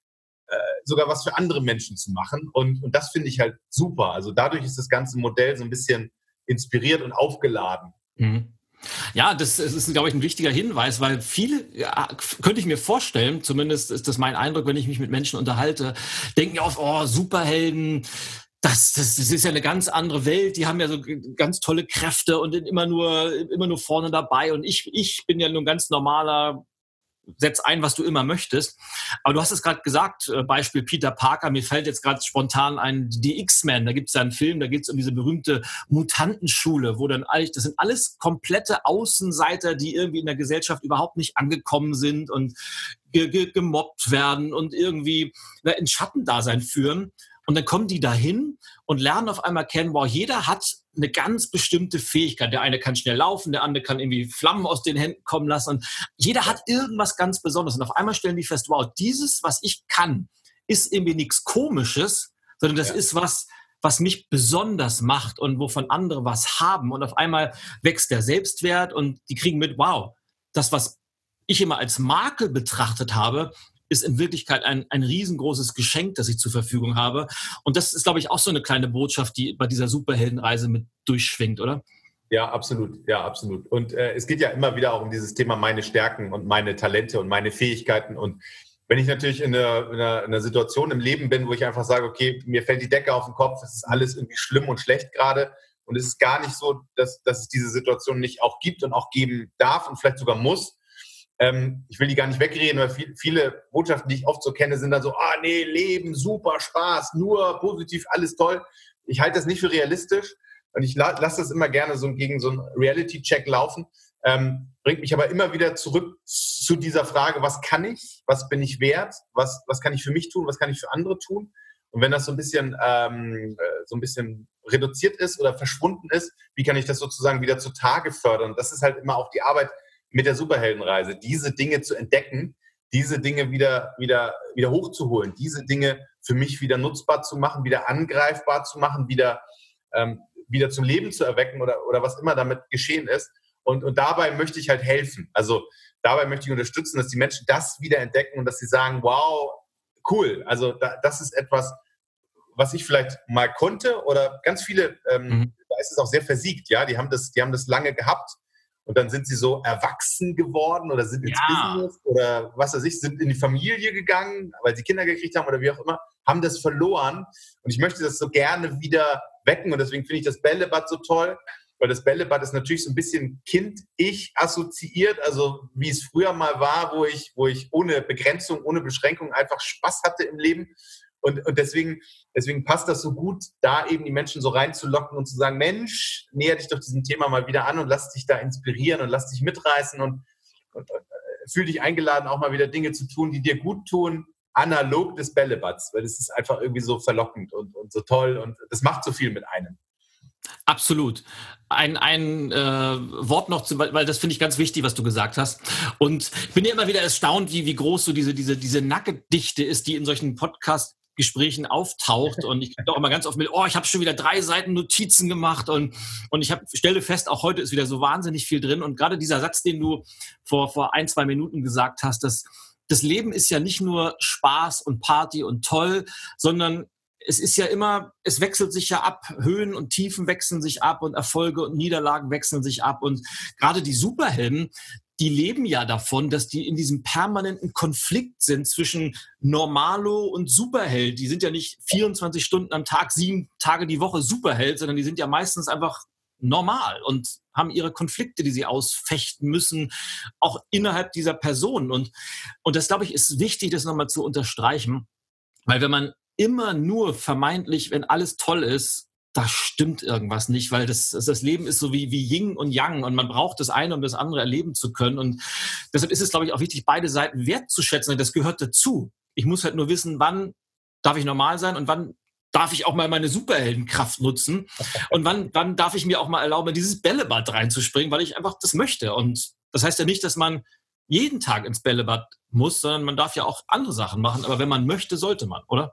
äh, sogar was für andere Menschen zu machen. Und, und das finde ich halt super. Also dadurch ist das ganze Modell so ein bisschen inspiriert und aufgeladen. Mhm. Ja, das ist, glaube ich, ein wichtiger Hinweis, weil viele, ja, könnte ich mir vorstellen, zumindest ist das mein Eindruck, wenn ich mich mit Menschen unterhalte, denken ja oft, oh, Superhelden, das, das, das ist ja eine ganz andere Welt, die haben ja so ganz tolle Kräfte und sind immer nur, immer nur vorne dabei und ich, ich bin ja nur ein ganz normaler, setz ein, was du immer möchtest. Aber du hast es gerade gesagt, Beispiel Peter Parker, mir fällt jetzt gerade spontan ein, die X-Men, da gibt es ja einen Film, da geht es um diese berühmte Mutantenschule, wo dann eigentlich, das sind alles komplette Außenseiter, die irgendwie in der Gesellschaft überhaupt nicht angekommen sind und ge- ge- gemobbt werden und irgendwie na, in Schattendasein führen. Und dann kommen die dahin und lernen auf einmal kennen, wow, jeder hat eine ganz bestimmte Fähigkeit. Der eine kann schnell laufen, der andere kann irgendwie Flammen aus den Händen kommen lassen. Und jeder hat irgendwas ganz Besonderes. Und auf einmal stellen die fest, wow, dieses, was ich kann, ist irgendwie nichts Komisches, sondern das ja. ist was, was mich besonders macht und wovon andere was haben. Und auf einmal wächst der Selbstwert und die kriegen mit, wow, das, was ich immer als Makel betrachtet habe, ist in Wirklichkeit ein, ein riesengroßes Geschenk, das ich zur Verfügung habe. Und das ist, glaube ich, auch so eine kleine Botschaft, die bei dieser Superheldenreise mit durchschwingt, oder? Ja, absolut. Ja, absolut. Und äh, es geht ja immer wieder auch um dieses Thema meine Stärken und meine Talente und meine Fähigkeiten. Und wenn ich natürlich in einer, in einer, in einer Situation im Leben bin, wo ich einfach sage, okay, mir fällt die Decke auf den Kopf, es ist alles irgendwie schlimm und schlecht gerade. Und es ist gar nicht so, dass, dass es diese Situation nicht auch gibt und auch geben darf und vielleicht sogar muss. Ähm, ich will die gar nicht wegreden, weil viel, viele Botschaften, die ich oft so kenne, sind dann so, ah nee, Leben, super, Spaß, nur positiv, alles toll. Ich halte das nicht für realistisch und ich la- lasse das immer gerne so gegen so einen Reality-Check laufen. Ähm, bringt mich aber immer wieder zurück zu dieser Frage, was kann ich, was bin ich wert, was, was kann ich für mich tun, was kann ich für andere tun? Und wenn das so ein bisschen, ähm, so ein bisschen reduziert ist oder verschwunden ist, wie kann ich das sozusagen wieder zutage fördern? Das ist halt immer auch die Arbeit mit der Superheldenreise, diese Dinge zu entdecken, diese Dinge wieder, wieder, wieder hochzuholen, diese Dinge für mich wieder nutzbar zu machen, wieder angreifbar zu machen, wieder, ähm, wieder zum Leben zu erwecken oder, oder was immer damit geschehen ist. Und, und dabei möchte ich halt helfen. Also dabei möchte ich unterstützen, dass die Menschen das wieder entdecken und dass sie sagen, wow, cool, also da, das ist etwas, was ich vielleicht mal konnte oder ganz viele, ähm, mhm. da ist es auch sehr versiegt, ja, die haben das, die haben das lange gehabt. Und dann sind sie so erwachsen geworden oder sind ins ja. Business oder was weiß ich, sind in die Familie gegangen, weil sie Kinder gekriegt haben oder wie auch immer, haben das verloren. Und ich möchte das so gerne wieder wecken. Und deswegen finde ich das Bällebad so toll, weil das Bällebad ist natürlich so ein bisschen Kind-Ich assoziiert, also wie es früher mal war, wo ich, wo ich ohne Begrenzung, ohne Beschränkung einfach Spaß hatte im Leben. Und, und deswegen, deswegen passt das so gut, da eben die Menschen so reinzulocken und zu sagen, Mensch, näher dich doch diesem Thema mal wieder an und lass dich da inspirieren und lass dich mitreißen und, und, und fühl dich eingeladen, auch mal wieder Dinge zu tun, die dir gut tun, analog des Bällebads, weil das ist einfach irgendwie so verlockend und, und so toll und das macht so viel mit einem. Absolut. Ein, ein äh, Wort noch, zu, weil das finde ich ganz wichtig, was du gesagt hast. Und ich bin ja immer wieder erstaunt, wie, wie groß so diese, diese, diese Nuggetdichte ist, die in solchen Podcasts Gesprächen auftaucht und ich kriege auch immer ganz oft mit, oh, ich habe schon wieder drei Seiten Notizen gemacht und und ich hab, stelle fest, auch heute ist wieder so wahnsinnig viel drin und gerade dieser Satz, den du vor vor ein, zwei Minuten gesagt hast, dass das Leben ist ja nicht nur Spaß und Party und toll, sondern es ist ja immer, es wechselt sich ja ab, Höhen und Tiefen wechseln sich ab und Erfolge und Niederlagen wechseln sich ab und gerade die Superhelden, die leben ja davon, dass die in diesem permanenten Konflikt sind zwischen Normalo und Superheld. Die sind ja nicht vierundzwanzig Stunden am Tag, sieben Tage die Woche Superheld, sondern die sind ja meistens einfach normal und haben ihre Konflikte, die sie ausfechten müssen, auch innerhalb dieser Personen. Und, und das, glaube ich, ist wichtig, das nochmal zu unterstreichen, weil wenn man immer nur vermeintlich, wenn alles toll ist, da stimmt irgendwas nicht, weil das, das Leben ist so wie, wie Yin und Yang und man braucht das eine, um das andere erleben zu können. Und deshalb ist es, glaube ich, auch wichtig, beide Seiten wertzuschätzen. Das gehört dazu. Ich muss halt nur wissen, wann darf ich normal sein und wann darf ich auch mal meine Superheldenkraft nutzen und wann, wann darf ich mir auch mal erlauben, in dieses Bällebad reinzuspringen, weil ich einfach das möchte. Und das heißt ja nicht, dass man jeden Tag ins Bällebad muss, sondern man darf ja auch andere Sachen machen. Aber wenn man möchte, sollte man, oder?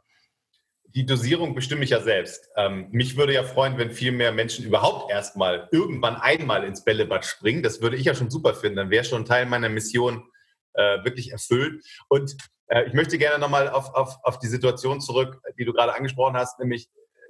Die Dosierung bestimme ich ja selbst. Ähm, mich würde ja freuen, wenn viel mehr Menschen überhaupt erstmal irgendwann einmal ins Bällebad springen. Das würde ich ja schon super finden. Dann wäre schon Teil meiner Mission, äh, wirklich erfüllt. Und äh, ich möchte gerne nochmal auf, auf, auf die Situation zurück, die du gerade angesprochen hast, nämlich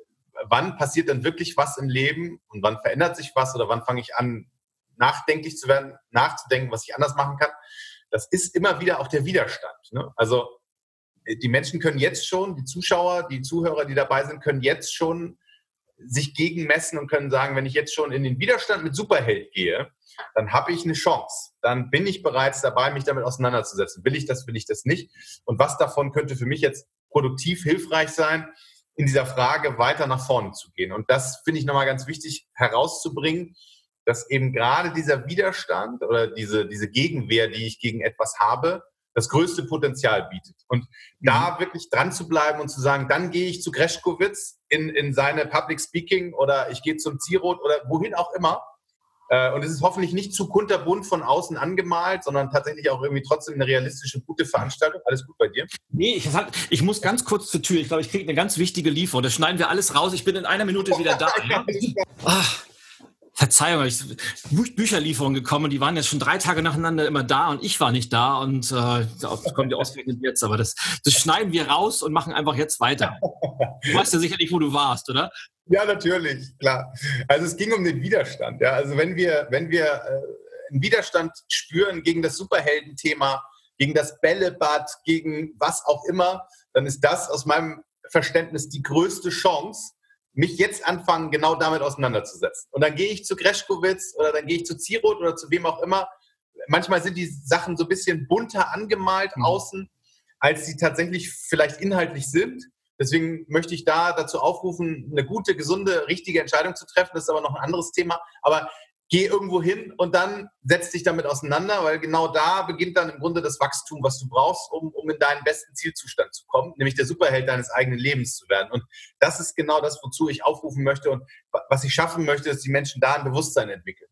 wann passiert denn wirklich was im Leben und wann verändert sich was oder wann fange ich an, nachdenklich zu werden, nachzudenken, was ich anders machen kann. Das ist immer wieder auch der Widerstand. Ne? Also die Menschen können jetzt schon, die Zuschauer, die Zuhörer, die dabei sind, können jetzt schon sich gegenmessen und können sagen, wenn ich jetzt schon in den Widerstand mit Superheld gehe, dann habe ich eine Chance. Dann bin ich bereits dabei, mich damit auseinanderzusetzen. Will ich das, will ich das nicht? Und was davon könnte für mich jetzt produktiv hilfreich sein, in dieser Frage weiter nach vorne zu gehen? Und das finde ich nochmal ganz wichtig herauszubringen, dass eben gerade dieser Widerstand oder diese, diese Gegenwehr, die ich gegen etwas habe, das größte Potenzial bietet. Und mhm. da wirklich dran zu bleiben und zu sagen, dann gehe ich zu Greschkowitz in, in seine Public Speaking oder ich gehe zum Zierot oder wohin auch immer. Und es ist hoffentlich nicht zu kunterbunt von außen angemalt, sondern tatsächlich auch irgendwie trotzdem eine realistische, gute Veranstaltung. Alles gut bei dir? Nee, ich, ich muss ganz kurz zur Tür. Ich glaube, ich kriege eine ganz wichtige Lieferung. Das schneiden wir alles raus. Ich bin in einer Minute wieder da. Ja? Ach, Verzeihung, ich Bü- Bücherlieferungen gekommen und die waren jetzt schon drei Tage nacheinander immer da und ich war nicht da und äh, das kommt ja ausgerechnet jetzt, aber das, das schneiden wir raus und machen einfach jetzt weiter. Du weißt ja sicherlich, wo du warst, oder? Ja, natürlich, klar. Also es ging um den Widerstand. Ja? Also wenn wir, wenn wir äh, einen Widerstand spüren gegen das Superheldenthema, gegen das Bällebad, gegen was auch immer, dann ist das aus meinem Verständnis die größte Chance, mich jetzt anfangen, genau damit auseinanderzusetzen. Und dann gehe ich zu Greschkowitz oder dann gehe ich zu Zierot oder zu wem auch immer. Manchmal sind die Sachen so ein bisschen bunter angemalt mhm. außen, als sie tatsächlich vielleicht inhaltlich sind. Deswegen möchte ich da dazu aufrufen, eine gute, gesunde, richtige Entscheidung zu treffen. Das ist aber noch ein anderes Thema. Aber geh irgendwo hin und dann setz dich damit auseinander, weil genau da beginnt dann im Grunde das Wachstum, was du brauchst, um, um in deinen besten Zielzustand zu kommen, nämlich der Superheld deines eigenen Lebens zu werden. Und das ist genau das, wozu ich aufrufen möchte und was ich schaffen möchte, dass die Menschen da ein Bewusstsein entwickeln.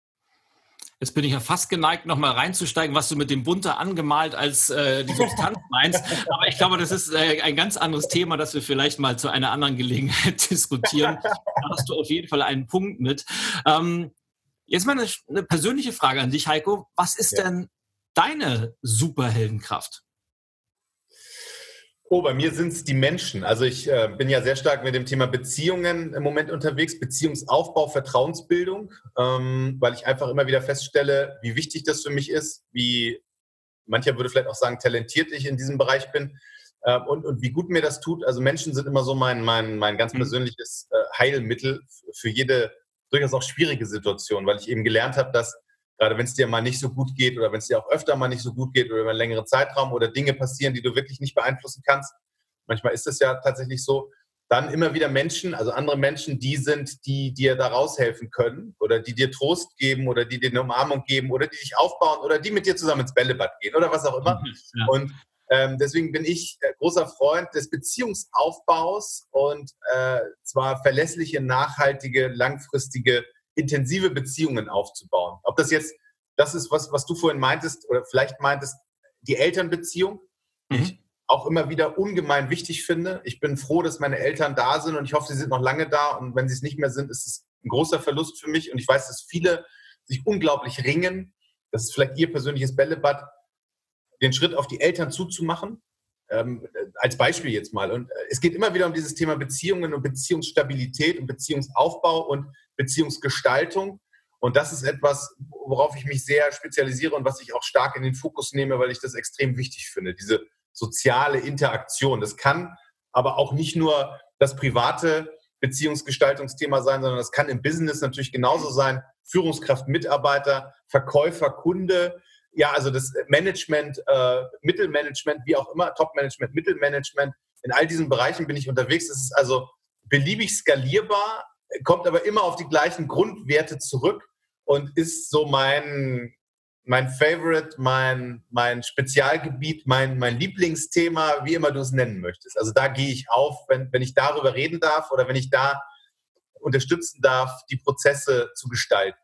Jetzt bin ich ja fast geneigt, nochmal reinzusteigen, was du mit dem bunter angemalt als äh, die Substanz meinst. Aber ich glaube, das ist äh, ein ganz anderes Thema, das wir vielleicht mal zu einer anderen Gelegenheit diskutieren. Da hast du auf jeden Fall einen Punkt mit. Ähm, Jetzt mal eine, eine persönliche Frage an dich, Heiko. Was ist ja. denn deine Superheldenkraft? Oh, bei mir sind es die Menschen. Also ich äh, bin ja sehr stark mit dem Thema Beziehungen im Moment unterwegs, Beziehungsaufbau, Vertrauensbildung, ähm, weil ich einfach immer wieder feststelle, wie wichtig das für mich ist, wie mancher würde vielleicht auch sagen, talentiert ich in diesem Bereich bin äh, und, und wie gut mir das tut. Also Menschen sind immer so mein, mein, mein ganz persönliches äh, Heilmittel für jede durchaus auch schwierige Situation, weil ich eben gelernt habe, dass gerade wenn es dir mal nicht so gut geht oder wenn es dir auch öfter mal nicht so gut geht oder über einen längeren Zeitraum oder Dinge passieren, die du wirklich nicht beeinflussen kannst, manchmal ist es ja tatsächlich so, dann immer wieder Menschen, also andere Menschen, die sind, die dir da raushelfen können oder die dir Trost geben oder die dir eine Umarmung geben oder die dich aufbauen oder die mit dir zusammen ins Bällebad gehen oder was auch immer. Ja. Und Ähm, deswegen bin ich äh, großer Freund des Beziehungsaufbaus und äh, zwar verlässliche, nachhaltige, langfristige, intensive Beziehungen aufzubauen. Ob das jetzt das ist, was, was du vorhin meintest oder vielleicht meintest, die Elternbeziehung, die mhm. ich auch immer wieder ungemein wichtig finde. Ich bin froh, dass meine Eltern da sind und ich hoffe, sie sind noch lange da und wenn sie es nicht mehr sind, ist es ein großer Verlust für mich und ich weiß, dass viele sich unglaublich ringen. Das ist vielleicht ihr persönliches Bällebad, den Schritt auf die Eltern zuzumachen, ähm, als Beispiel jetzt mal. Und es geht immer wieder um dieses Thema Beziehungen und Beziehungsstabilität und Beziehungsaufbau und Beziehungsgestaltung. Und das ist etwas, worauf ich mich sehr spezialisiere und was ich auch stark in den Fokus nehme, weil ich das extrem wichtig finde, diese soziale Interaktion. Das kann aber auch nicht nur das private Beziehungsgestaltungsthema sein, sondern das kann im Business natürlich genauso sein. Führungskraft, Mitarbeiter, Verkäufer, Kunde, ja, also das Management, äh, Mittelmanagement, wie auch immer, Top-Management, Mittelmanagement, in all diesen Bereichen bin ich unterwegs. Das ist also beliebig skalierbar, kommt aber immer auf die gleichen Grundwerte zurück und ist so mein, mein Favorite, mein, mein Spezialgebiet, mein, mein Lieblingsthema, wie immer du es nennen möchtest. Also da gehe ich auf, wenn, wenn ich darüber reden darf oder wenn ich da unterstützen darf, die Prozesse zu gestalten.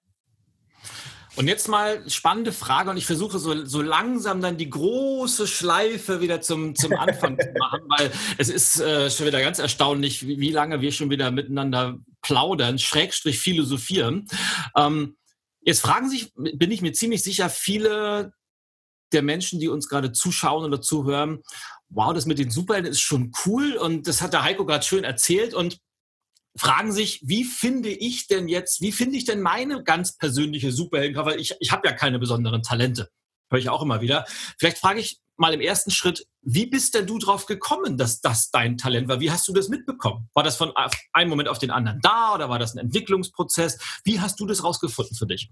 Und jetzt mal spannende Frage und ich versuche so, so langsam dann die große Schleife wieder zum, zum Anfang zu machen, weil es ist äh, schon wieder ganz erstaunlich, wie, wie lange wir schon wieder miteinander plaudern, Schrägstrich philosophieren. Ähm, jetzt fragen sich, bin ich mir ziemlich sicher, viele der Menschen, die uns gerade zuschauen oder zuhören, wow, das mit den Superhelden ist schon cool und das hat der Heiko gerade schön erzählt und fragen sich, wie finde ich denn jetzt, wie finde ich denn meine ganz persönliche Superheldenkraft? Weil ich, ich habe ja keine besonderen Talente. Höre ich auch immer wieder. Vielleicht frage ich mal im ersten Schritt, wie bist denn du drauf gekommen, dass das dein Talent war? Wie hast du das mitbekommen? War das von einem Moment auf den anderen da oder war das ein Entwicklungsprozess? Wie hast du das rausgefunden für dich?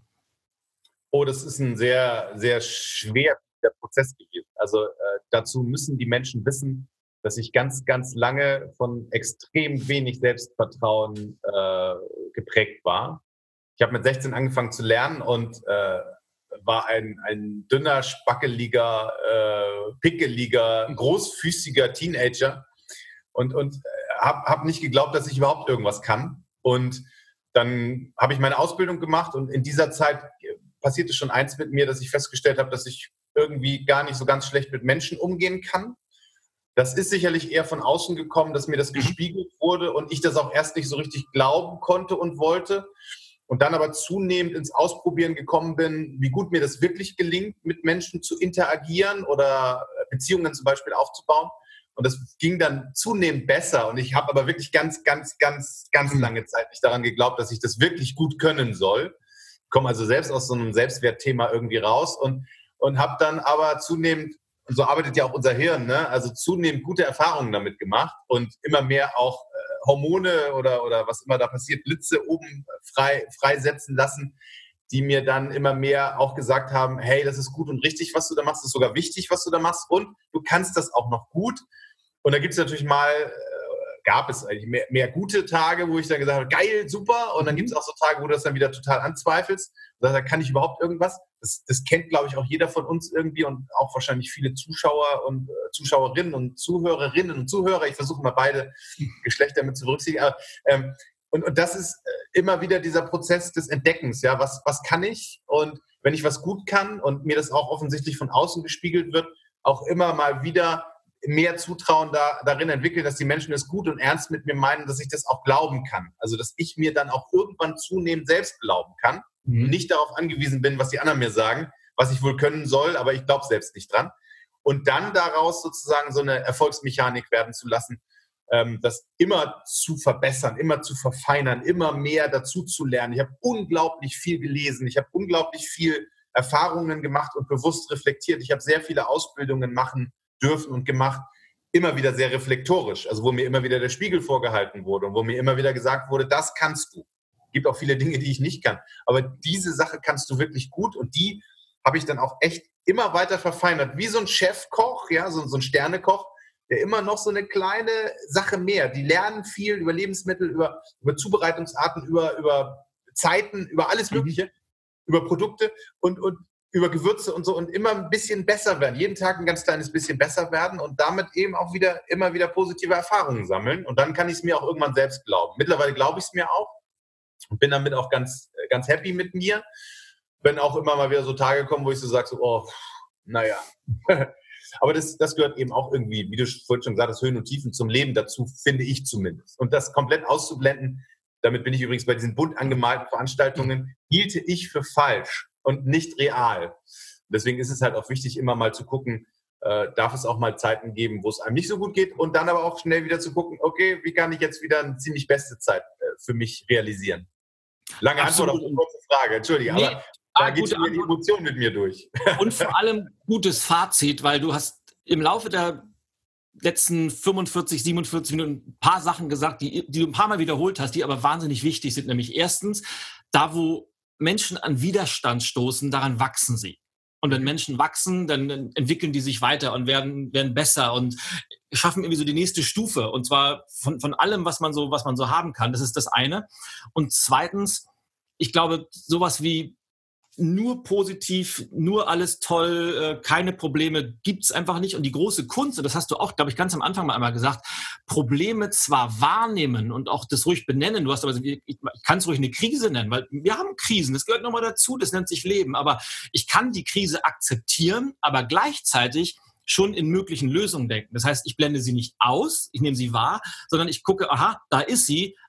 Oh, das ist ein sehr, sehr schwieriger Prozess gewesen. Also äh, dazu müssen die Menschen wissen, dass ich ganz, ganz lange von extrem wenig Selbstvertrauen äh, geprägt war. Ich habe mit sechzehn angefangen zu lernen und äh, war ein, ein dünner, spackeliger, äh, pickeliger, großfüßiger Teenager und, und äh, habe hab nicht geglaubt, dass ich überhaupt irgendwas kann. Und dann habe ich meine Ausbildung gemacht und in dieser Zeit passierte schon eins mit mir, dass ich festgestellt habe, dass ich irgendwie gar nicht so ganz schlecht mit Menschen umgehen kann. Das ist sicherlich eher von außen gekommen, dass mir das gespiegelt wurde und ich das auch erst nicht so richtig glauben konnte und wollte. Und dann aber zunehmend ins Ausprobieren gekommen bin, wie gut mir das wirklich gelingt, mit Menschen zu interagieren oder Beziehungen zum Beispiel aufzubauen. Und das ging dann zunehmend besser. Und ich habe aber wirklich ganz, ganz, ganz, ganz lange Zeit nicht daran geglaubt, dass ich das wirklich gut können soll. Ich komme also selbst aus so einem Selbstwertthema irgendwie raus und, und habe dann aber zunehmend, und so arbeitet ja auch unser Hirn, ne? Also zunehmend gute Erfahrungen damit gemacht und immer mehr auch äh, Hormone oder, oder was immer da passiert, Blitze oben frei, freisetzen lassen, die mir dann immer mehr auch gesagt haben, hey, das ist gut und richtig, was du da machst, das ist sogar wichtig, was du da machst und du kannst das auch noch gut. Und da gibt es natürlich mal, äh, gab es eigentlich mehr, mehr gute Tage, wo ich dann gesagt habe, geil, super. Und dann gibt es auch so Tage, wo du das dann wieder total anzweifelst. Und da kann ich überhaupt irgendwas. Das, das kennt, glaube ich, auch jeder von uns irgendwie und auch wahrscheinlich viele Zuschauer und äh, Zuschauerinnen und Zuhörerinnen und Zuhörer. Ich versuche mal beide Geschlechter mit zu berücksichtigen. Aber, ähm, und, und das ist äh, immer wieder dieser Prozess des Entdeckens. Ja, was, was kann ich? Und wenn ich was gut kann und mir das auch offensichtlich von außen gespiegelt wird, auch immer mal wieder mehr Zutrauen da, darin entwickeln, dass die Menschen es gut und ernst mit mir meinen, dass ich das auch glauben kann. Also, dass ich mir dann auch irgendwann zunehmend selbst glauben kann mhm. und nicht darauf angewiesen bin, was die anderen mir sagen, was ich wohl können soll, aber ich glaube selbst nicht dran. Und dann daraus sozusagen so eine Erfolgsmechanik werden zu lassen, ähm, das immer zu verbessern, immer zu verfeinern, immer mehr dazu zu lernen. Ich habe unglaublich viel gelesen, ich habe unglaublich viel Erfahrungen gemacht und bewusst reflektiert. Ich habe sehr viele Ausbildungen machen dürfen und gemacht, immer wieder sehr reflektorisch, also wo mir immer wieder der Spiegel vorgehalten wurde und wo mir immer wieder gesagt wurde, das kannst du. Es gibt auch viele Dinge, die ich nicht kann, aber diese Sache kannst du wirklich gut und die habe ich dann auch echt immer weiter verfeinert, wie so ein Chefkoch, ja, so, so ein Sternekoch, der immer noch so eine kleine Sache mehr, die lernen viel über Lebensmittel, über, über Zubereitungsarten, über, über Zeiten, über alles Mögliche, mhm. über Produkte und, und über Gewürze und so und immer ein bisschen besser werden, jeden Tag ein ganz kleines bisschen besser werden und damit eben auch wieder immer wieder positive Erfahrungen sammeln und dann kann ich es mir auch irgendwann selbst glauben. Mittlerweile glaube ich es mir auch und bin damit auch ganz, ganz happy mit mir. Wenn auch immer mal wieder so Tage kommen, wo ich so sage, so, oh, naja. Aber das, das gehört eben auch irgendwie, wie du vorhin schon gesagt hast, Höhen und Tiefen zum Leben dazu, finde ich zumindest. Und das komplett auszublenden, damit bin ich übrigens bei diesen bunt angemalten Veranstaltungen, hielte ich für falsch und nicht real. Deswegen ist es halt auch wichtig, immer mal zu gucken, äh, darf es auch mal Zeiten geben, wo es einem nicht so gut geht und dann aber auch schnell wieder zu gucken, okay, wie kann ich jetzt wieder eine ziemlich beste Zeit äh, für mich realisieren? Lange Absolut. Antwort auf eine kurze Frage, entschuldige, nee, aber da geht schon die Emotion mit mir durch. Und vor allem gutes Fazit, weil du hast im Laufe der letzten fünfundvierzig, siebenundvierzig Minuten ein paar Sachen gesagt, die, die du ein paar Mal wiederholt hast, die aber wahnsinnig wichtig sind. Nämlich erstens, da wo Menschen an Widerstand stoßen, daran wachsen sie. Und wenn Menschen wachsen, dann entwickeln die sich weiter und werden, werden besser und schaffen irgendwie so die nächste Stufe. Und zwar von, von allem, was man so, was man so haben kann. Das ist das eine. Und zweitens, ich glaube, sowas wie nur positiv, nur alles toll, keine Probleme gibt's einfach nicht. Und die große Kunst, und das hast du auch, glaube ich, ganz am Anfang mal einmal gesagt, Probleme zwar wahrnehmen und auch das ruhig benennen. Du hast aber, ich kann es ruhig eine Krise nennen, weil wir haben Krisen, das gehört nochmal dazu, das nennt sich Leben. Aber ich kann die Krise akzeptieren, aber gleichzeitig schon in möglichen Lösungen denken. Das heißt, ich blende sie nicht aus, ich nehme sie wahr, sondern ich gucke, aha, da ist sie,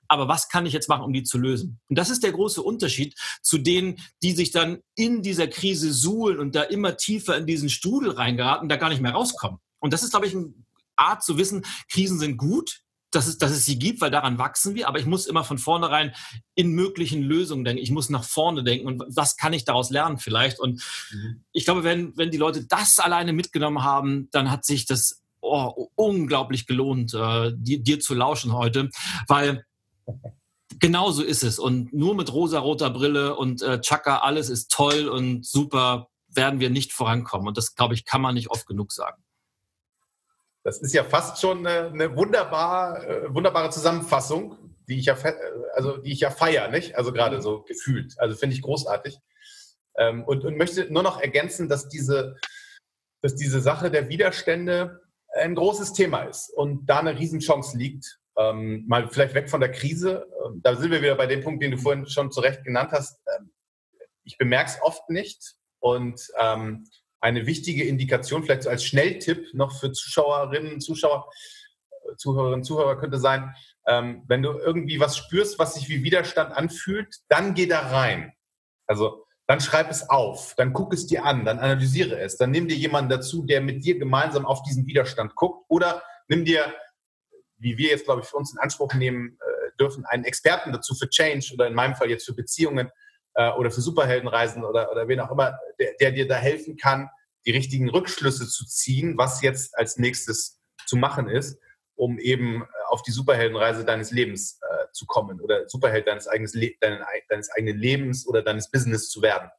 aber was kann ich jetzt machen, um die zu lösen? Und das ist der große Unterschied zu denen, die sich dann in dieser Krise suhlen und da immer tiefer in diesen Strudel reingeraten und da gar nicht mehr rauskommen. Und das ist, glaube ich, eine Art zu wissen, Krisen sind gut, dass es, dass es sie gibt, weil daran wachsen wir, aber ich muss immer von vornherein in möglichen Lösungen denken. Ich muss nach vorne denken und was kann ich daraus lernen vielleicht? Und mhm. ich glaube, wenn, wenn die Leute das alleine mitgenommen haben, dann hat sich das oh, unglaublich gelohnt, äh, dir, dir zu lauschen heute, weil genau so ist es. Und nur mit rosa-roter Brille und äh, Chaka, alles ist toll und super, werden wir nicht vorankommen. Und das, glaube ich, kann man nicht oft genug sagen. Das ist ja fast schon eine, eine wunderbar, äh, wunderbare Zusammenfassung, die ich ja, also die ich ja feiere, nicht? Also gerade so gefühlt. Also finde ich großartig. Ähm, und, und möchte nur noch ergänzen, dass diese, dass diese Sache der Widerstände ein großes Thema ist und da eine Riesenchance liegt. Ähm, mal vielleicht weg von der Krise. Ähm, da sind wir wieder bei dem Punkt, den du vorhin schon zu Recht genannt hast. Ähm, ich bemerke es oft nicht und ähm, eine wichtige Indikation, vielleicht so als Schnelltipp noch für Zuschauerinnen, Zuschauer, Zuhörerinnen, Zuhörer könnte sein, ähm, wenn du irgendwie was spürst, was sich wie Widerstand anfühlt, dann geh da rein. Also dann schreib es auf, dann guck es dir an, dann analysiere es, dann nimm dir jemanden dazu, der mit dir gemeinsam auf diesen Widerstand guckt oder nimm dir, wie wir jetzt, glaube ich, für uns in Anspruch nehmen äh, dürfen, einen Experten dazu für Change oder in meinem Fall jetzt für Beziehungen, oder für Superheldenreisen oder, oder wen auch immer, der, der dir da helfen kann, die richtigen Rückschlüsse zu ziehen, was jetzt als nächstes zu machen ist, um eben auf die Superheldenreise deines Lebens äh, zu kommen oder Superheld deines, eigenes Le- deines, deines eigenen Lebens oder deines Business zu werden.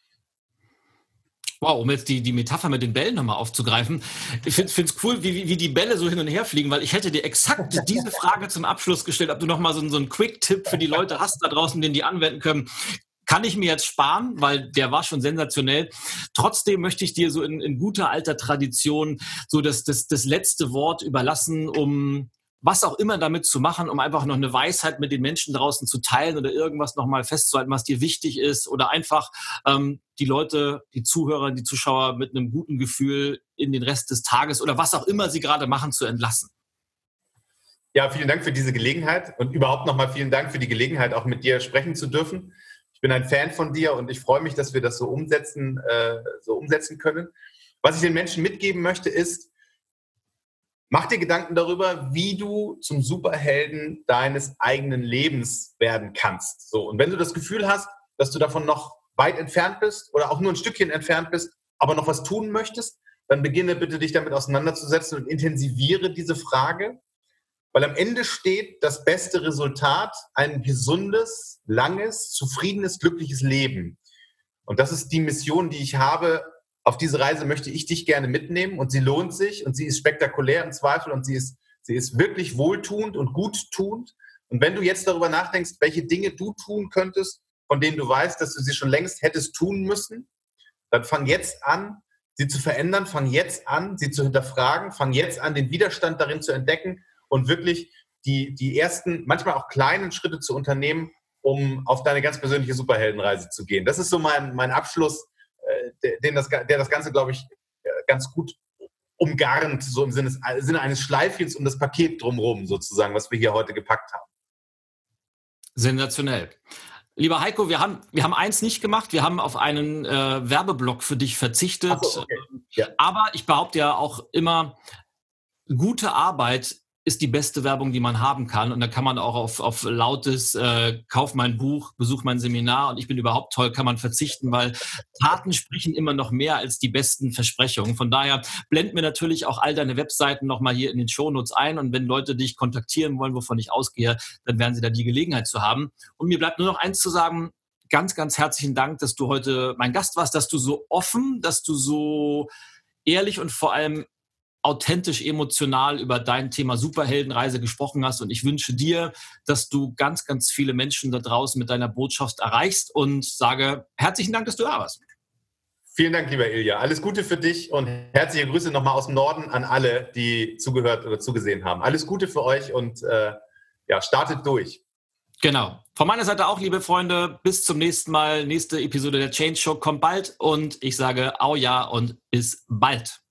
Wow, um jetzt die, die Metapher mit den Bällen nochmal aufzugreifen. Ich finde es cool, wie, wie die Bälle so hin und her fliegen, weil ich hätte dir exakt diese Frage zum Abschluss gestellt, ob du nochmal so, so einen Quick-Tipp für die Leute hast da draußen, den die anwenden können. Kann ich mir jetzt sparen, weil der war schon sensationell. Trotzdem möchte ich dir so in, in guter alter Tradition so das, das, das letzte Wort überlassen, um was auch immer damit zu machen, um einfach noch eine Weisheit mit den Menschen draußen zu teilen oder irgendwas nochmal festzuhalten, was dir wichtig ist oder einfach ähm, die Leute, die Zuhörer, die Zuschauer mit einem guten Gefühl in den Rest des Tages oder was auch immer sie gerade machen, zu entlassen. Ja, vielen Dank für diese Gelegenheit und überhaupt nochmal vielen Dank für die Gelegenheit, auch mit dir sprechen zu dürfen. Ich bin ein Fan von dir und ich freue mich, dass wir das so umsetzen, äh, so umsetzen können. Was ich den Menschen mitgeben möchte, ist, mach dir Gedanken darüber, wie du zum Superhelden deines eigenen Lebens werden kannst. So, und wenn du das Gefühl hast, dass du davon noch weit entfernt bist oder auch nur ein Stückchen entfernt bist, aber noch was tun möchtest, dann beginne bitte, dich damit auseinanderzusetzen und intensiviere diese Frage. Weil am Ende steht das beste Resultat, ein gesundes, langes, zufriedenes, glückliches Leben. Und das ist die Mission, die ich habe. Auf diese Reise möchte ich dich gerne mitnehmen und sie lohnt sich und sie ist spektakulär im Zweifel und sie ist, sie ist wirklich wohltuend und guttuend. Und wenn du jetzt darüber nachdenkst, welche Dinge du tun könntest, von denen du weißt, dass du sie schon längst hättest tun müssen, dann fang jetzt an, sie zu verändern, fang jetzt an, sie zu hinterfragen, fang jetzt an, den Widerstand darin zu entdecken und wirklich die, die ersten, manchmal auch kleinen Schritte zu unternehmen, um auf deine ganz persönliche Superheldenreise zu gehen. Das ist so mein, mein Abschluss, äh, den das, der das Ganze, glaube ich, ganz gut umgarnt, so im Sinne, Sinne eines Schleifchens um das Paket drumherum sozusagen, was wir hier heute gepackt haben. Sensationell. Lieber Heiko, wir haben, wir haben eins nicht gemacht. Wir haben auf einen äh, Werbeblock für dich verzichtet. Ach so, okay. Ja. Aber ich behaupte ja auch immer, gute Arbeit ist die beste Werbung, die man haben kann. Und da kann man auch auf, auf lautes, äh, kauf mein Buch, besuch mein Seminar und ich bin überhaupt toll, kann man verzichten, weil Taten sprechen immer noch mehr als die besten Versprechungen. Von daher blend mir natürlich auch all deine Webseiten nochmal hier in den Shownotes ein. Und wenn Leute dich kontaktieren wollen, wovon ich ausgehe, dann werden sie da die Gelegenheit zu haben. Und mir bleibt nur noch eins zu sagen, ganz, ganz herzlichen Dank, dass du heute mein Gast warst, dass du so offen, dass du so ehrlich und vor allem authentisch, emotional über dein Thema Superheldenreise gesprochen hast. Und ich wünsche dir, dass du ganz, ganz viele Menschen da draußen mit deiner Botschaft erreichst und sage herzlichen Dank, dass du da warst. Vielen Dank, lieber Ilja. Alles Gute für dich und herzliche Grüße nochmal aus dem Norden an alle, die zugehört oder zugesehen haben. Alles Gute für euch und äh, ja, startet durch. Genau. Von meiner Seite auch, liebe Freunde, bis zum nächsten Mal. Nächste Episode der Change Show kommt bald und ich sage au ja und bis bald.